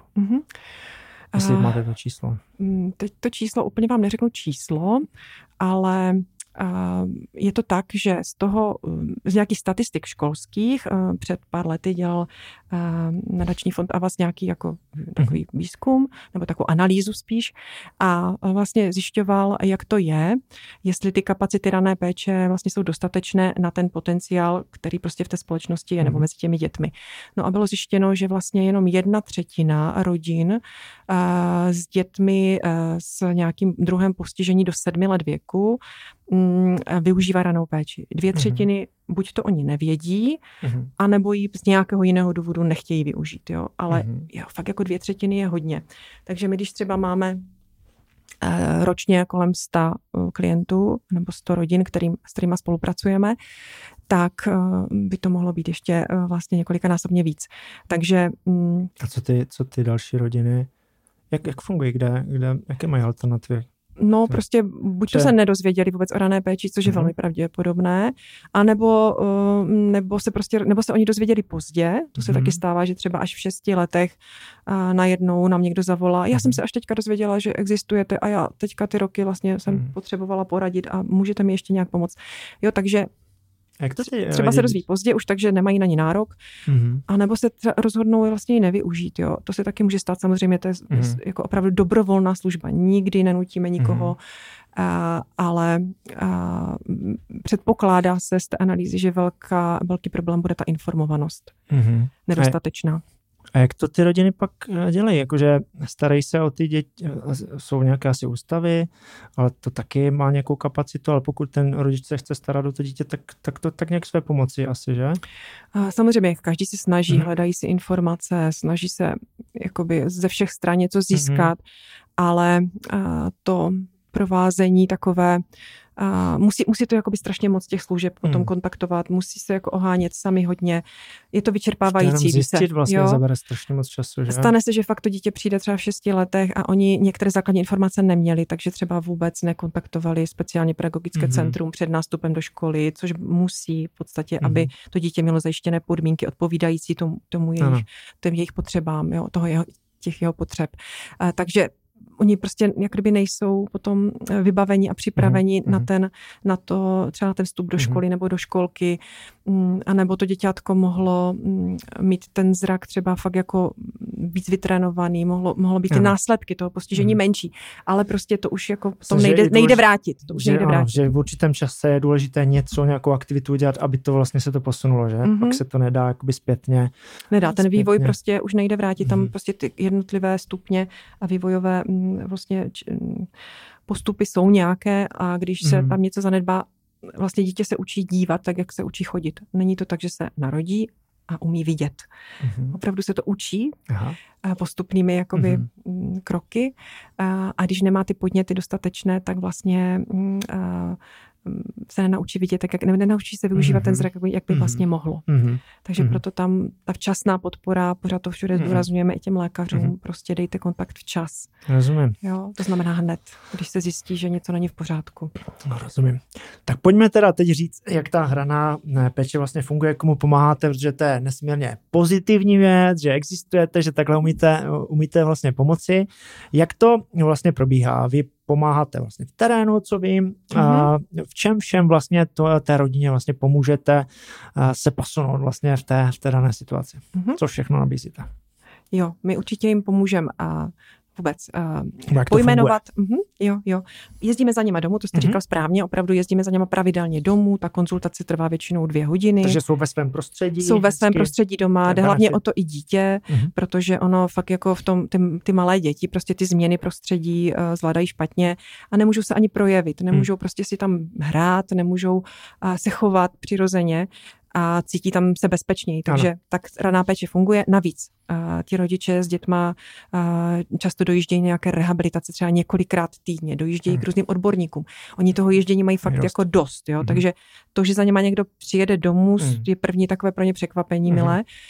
Jestli máte to číslo. Teď to číslo, úplně vám neřeknu číslo, ale je to tak, že z nějakých statistik školských před pár lety dělal nadační fond Avas nějaký jako takový výzkum, nebo takovou analýzu spíš, a vlastně zjišťoval, jak to je, jestli ty kapacity rané péče vlastně jsou dostatečné na ten potenciál, který prostě v té společnosti je, nebo mezi těmi dětmi. No a bylo zjištěno, že vlastně jenom 1/3 rodin s dětmi s nějakým druhem postižení do 7 let věku využívá ranou péči. 2/3 buď to oni nevědí, anebo ji z nějakého jiného důvodu nechtějí využít. Jo? Ale fakt jako 2/3 je hodně. Takže my, když třeba máme ročně kolem 100 klientů nebo 100 rodin, s kterými spolupracujeme, tak by to mohlo být ještě vlastně několikanásobně víc. Takže... A co ty další rodiny? Jak fungují? Jaké mají alternativy? No prostě buď to se nedozvěděli vůbec o rané péči, což je velmi pravděpodobné, anebo nebo se oni dozvěděli pozdě, to se taky stává, že třeba až v 6 letech najednou nám někdo zavolá. Já jsem se až teďka dozvěděla, že existujete a já teďka ty roky vlastně jsem potřebovala poradit a můžete mi ještě nějak pomoct. Jo, takže třeba se dozví pozdě už, takže nemají na ní nárok, a nebo se rozhodnou vlastně ji nevyužít. Jo. To se taky může stát, samozřejmě to je jako opravdu dobrovolná služba. Nikdy nenutíme nikoho, ale předpokládá se z té analýzy, že velký problém bude ta informovanost nedostatečná. A jak to ty rodiny pak dělají? Jakože starají se o ty děti, jsou nějaké asi ústavy, ale to taky má nějakou kapacitu, ale pokud ten rodič se chce starat o to dítě, tak to tak nějak své pomoci asi, že? Samozřejmě, každý si snaží, hledají si informace, snaží se jakoby ze všech stran něco získat, ale to provázení takové, musí to jakoby strašně moc těch služeb potom kontaktovat, musí se jako ohánět sami hodně. Je to vyčerpávající. Zjistit vlastně zabere strašně moc času, že? Stane se, že fakt to dítě přijde třeba v 6 letech a oni některé základní informace neměli, takže třeba vůbec nekontaktovali speciálně pedagogické centrum před nástupem do školy, což musí v podstatě, aby to dítě mělo zajištěné podmínky odpovídající tomu jejich potřebám, jo, těch jeho potřeb. Takže oni prostě jak kdyby nejsou potom vybaveni a připraveni na to třeba ten vstup do školy nebo do školky, anebo to děťátko mohlo mít ten zrak třeba fakt jako víc vytrénovaný, mohlo být ty následky toho postižení menší, ale prostě to už jako to nejde vrátit. To už nejde vrátit. Že v určitém čase je důležité nějakou aktivitu udělat, aby to vlastně se to posunulo, že? Pak se to nedá jakoby zpětně. Nedá, ten vývoj prostě už nejde vrátit, tam prostě ty jednotlivé stupně a vývojové vlastně postupy jsou nějaké a když se tam něco zanedbá, vlastně dítě se učí dívat tak, jak se učí chodit. Není to tak, že se narodí a umí vidět. Opravdu se to učí postupnými jakoby kroky a když nemá ty podněty dostatečné, tak vlastně se nenaučí vidět, tak nenaučí se využívat ten zrak, jak by vlastně mohlo. Takže proto tam ta včasná podpora, pořád to všude zdůrazňujeme i těm lékařům, prostě dejte kontakt včas. Rozumím. Jo, to znamená hned, když se zjistí, že něco není v pořádku. No, rozumím. Tak pojďme teda teď říct, jak ta hraná péče vlastně funguje, komu pomáháte, protože to je nesmírně pozitivní věc, že existujete, že takhle umíte vlastně pomoci. Jak to vlastně probíhá? Vy pomáháte vlastně v terénu, co vím, v čem všem vlastně té rodině vlastně pomůžete se posunout vlastně v té dané situaci. Co všechno nabízíte? Jo, my určitě jim pomůžeme vůbec pojmenovat. Jo. Jezdíme za nima domů, to jste říkal správně, opravdu jezdíme za nima pravidelně domů, ta konzultace trvá většinou 2 hodiny. Takže jsou ve svém prostředí. Jsou ve svém prostředí doma, jde hlavně o to i dítě, protože ono fakt jako v tom, ty malé děti, prostě ty změny prostředí zvládají špatně a nemůžou se ani projevit, nemůžou prostě si tam hrát, nemůžou se chovat přirozeně a cítí tam se bezpečněji. Takže tak raná péče funguje. Navíc ti rodiče s dětma často dojíždějí nějaké rehabilitace, třeba několikrát týdně, dojíždějí k různým odborníkům. Oni toho ježdění mají fakt jako dost. Jo? Takže to, že za něma někdo přijede domů, je první takové pro ně překvapení milé.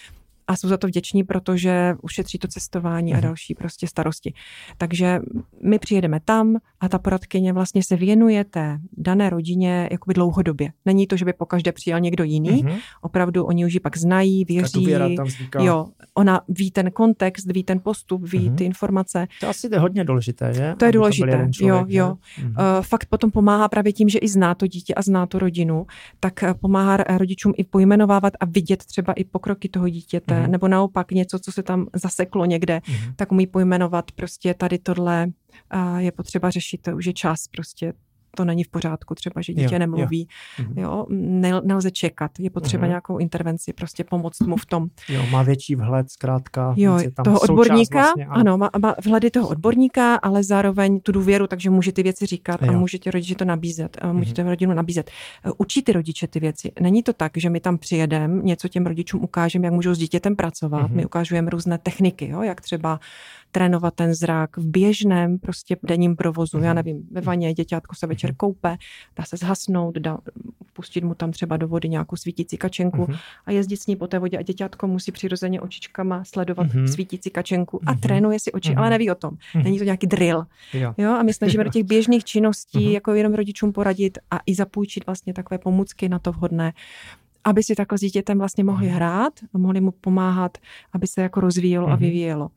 a jsou za to vděční, protože ušetří to cestování a další prostě starosti. Takže my přijedeme tam a ta poradkyně vlastně se věnuje té dané rodině jakoby dlouhodobě. Není to, že by pokaždé přijel někdo jiný. Opravdu oni už ji pak znají, věří. Jo, ona ví ten kontext, ví ten postup, ví ty informace. To asi je hodně důležité, že? To je důležité, jo. Fakt potom pomáhá právě tím, že i zná to dítě a zná tu rodinu, tak pomáhá rodičům i pojmenovávat a vidět třeba i pokroky toho dítěte, nebo naopak něco, co se tam zaseklo někde, tak umí pojmenovat prostě tady tohle je potřeba řešit, to už je čas prostě. To není v pořádku, třeba, že dítě nemluví. Jo, nelze čekat. Je potřeba nějakou intervenci, prostě pomoct mu v tom. Jo, má větší vhled, zkrátka. Jo, toho odborníka, vlastně, ano, má vhledy toho odborníka, ale zároveň tu důvěru, takže může ty věci říkat a můžete rodiče to nabízet, můžete rodinu nabízet. Učí ty rodiče ty věci. Není to tak, že my tam přijedeme, něco těm rodičům ukážeme, jak můžou s dítětem pracovat. My ukážeme různé techniky, jo, jak třeba trénovat ten zrak v běžném prostě denním provozu. Já nevím, ve vaně děťátko se večer koupe, dá se zhasnout, pustit mu tam třeba do vody nějakou svítící kačenku a jezdit s ní po té vodě a děťátko musí přirozeně očičkama sledovat svítící kačenku a trénuje si oči, ale neví o tom. Není to nějaký drill. Jo, a my snažíme do těch běžných činností jako jenom rodičům poradit a i zapůjčit vlastně takové pomůcky na to vhodné, aby si takhle s dítětem vlastně mohli hrát a mohli mu pomáhat, aby se jako rozvíjelo a vyvíjelo.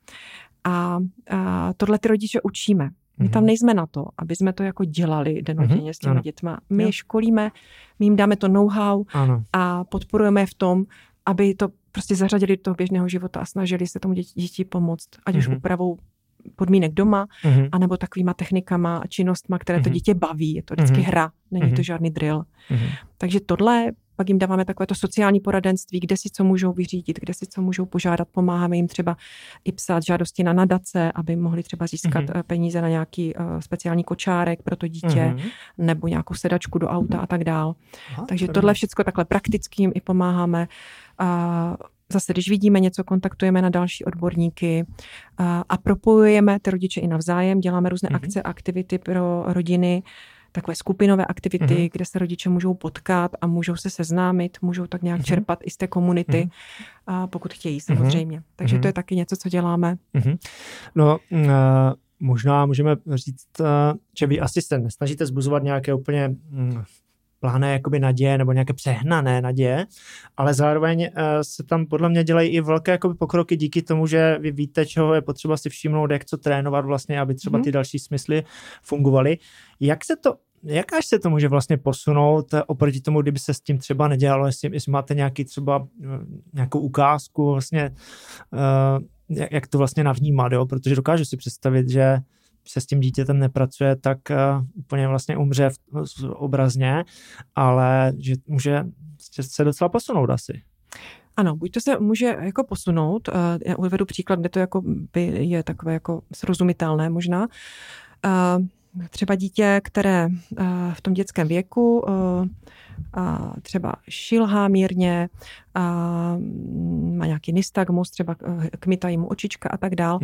A tohle ty rodiče učíme. My tam nejsme na to, aby jsme to jako dělali dennodenně s těmi dětma. My je školíme, my jim dáme to know-how a podporujeme je v tom, aby to prostě zařadili do toho běžného života a snažili se tomu děti pomoct, ať už úpravou podmínek doma, anebo takovýma technikama a činnostma, které to dítě baví. Je to vždycky hra, není to žádný drill. Takže tohle pak jim dáváme takovéto sociální poradenství, kde si co můžou vyřídit, kde si co můžou požádat. Pomáháme jim třeba i psát žádosti na nadace, aby mohli třeba získat peníze na nějaký speciální kočárek pro to dítě, nebo nějakou sedačku do auta a tak dál. Takže tohle všechno takhle prakticky jim i pomáháme. Zase, když vidíme něco, kontaktujeme na další odborníky a propojujeme ty rodiče i navzájem, děláme různé akce a aktivity pro rodiny, takové skupinové aktivity, kde se rodiče můžou potkat a můžou se seznámit, můžou tak nějak čerpat i z té komunity, pokud chtějí samozřejmě. Takže to je taky něco, co děláme. No, možná můžeme říct, že vy asi se nesnažíte zbuzovat nějaké úplně plané jakoby naděje nebo nějaké přehnané naděje, ale zároveň se tam podle mě dělají i velké jakoby pokroky díky tomu, že vy víte, čeho je potřeba si všimnout, jak co trénovat vlastně, aby třeba ty další smysly fungovaly. Jak až se to může vlastně posunout oproti tomu, kdyby se s tím třeba nedělalo, jestli máte nějakou ukázku vlastně, jak to vlastně navnímat, jo? Protože dokážu si představit, že se s tím dítětem nepracuje, tak úplně vlastně umře obrazně, ale že může se docela posunout asi. Ano, buď to se může jako posunout, já uvedu příklad, kde to jako by je takové jako srozumitelné možná. Třeba dítě, které v tom dětském věku třeba šilhá mírně, má nějaký nystagmus, třeba kmitají mu očička a tak dál.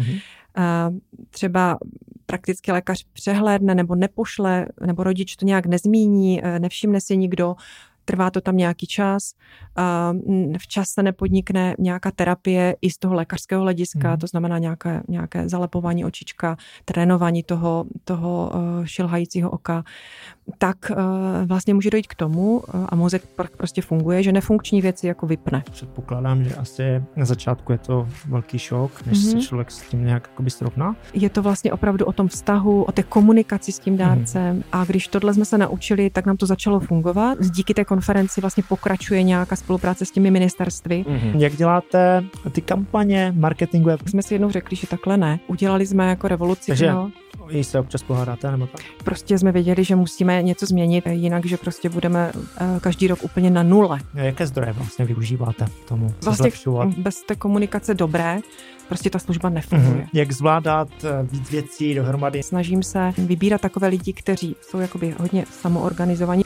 Třeba prakticky lékař přehlédne nebo nepošle, nebo rodič to nějak nezmíní, nevšimne si nikdo, trvá to tam nějaký čas, včas se nepodnikne nějaká terapie i z toho lékařského hlediska, to znamená nějaké zalepování očička, trénování toho šilhajícího oka, tak vlastně může dojít k tomu, a mozek prostě funguje, že nefunkční věci jako vypne. Předpokládám, že asi na začátku je to velký šok, než se člověk s tím nějak srovná. Je to vlastně opravdu o tom vztahu, o té komunikaci s tím dárcem a když tohle jsme se naučili, tak nám to začalo fungovat. Díky té konferenci vlastně pokračuje nějaká spolupráce s těmi ministerstvy. Jak děláte ty kampaně marketingové? Jsme si jednou řekli, že takhle ne. Udělali jsme jako revoluci. Takže i se občas pohádáte, nebo tak? Prostě jsme věděli, že musíme něco změnit, jinak, že prostě budeme každý rok úplně na nule. Jaké zdroje vlastně využíváte tomu? Vlastně bez té komunikace dobré, prostě ta služba nefunguje. Jak zvládat víc věcí dohromady? Snažím se vybírat takové lidi, kteří jsou jakoby hodně samoorganizovaní.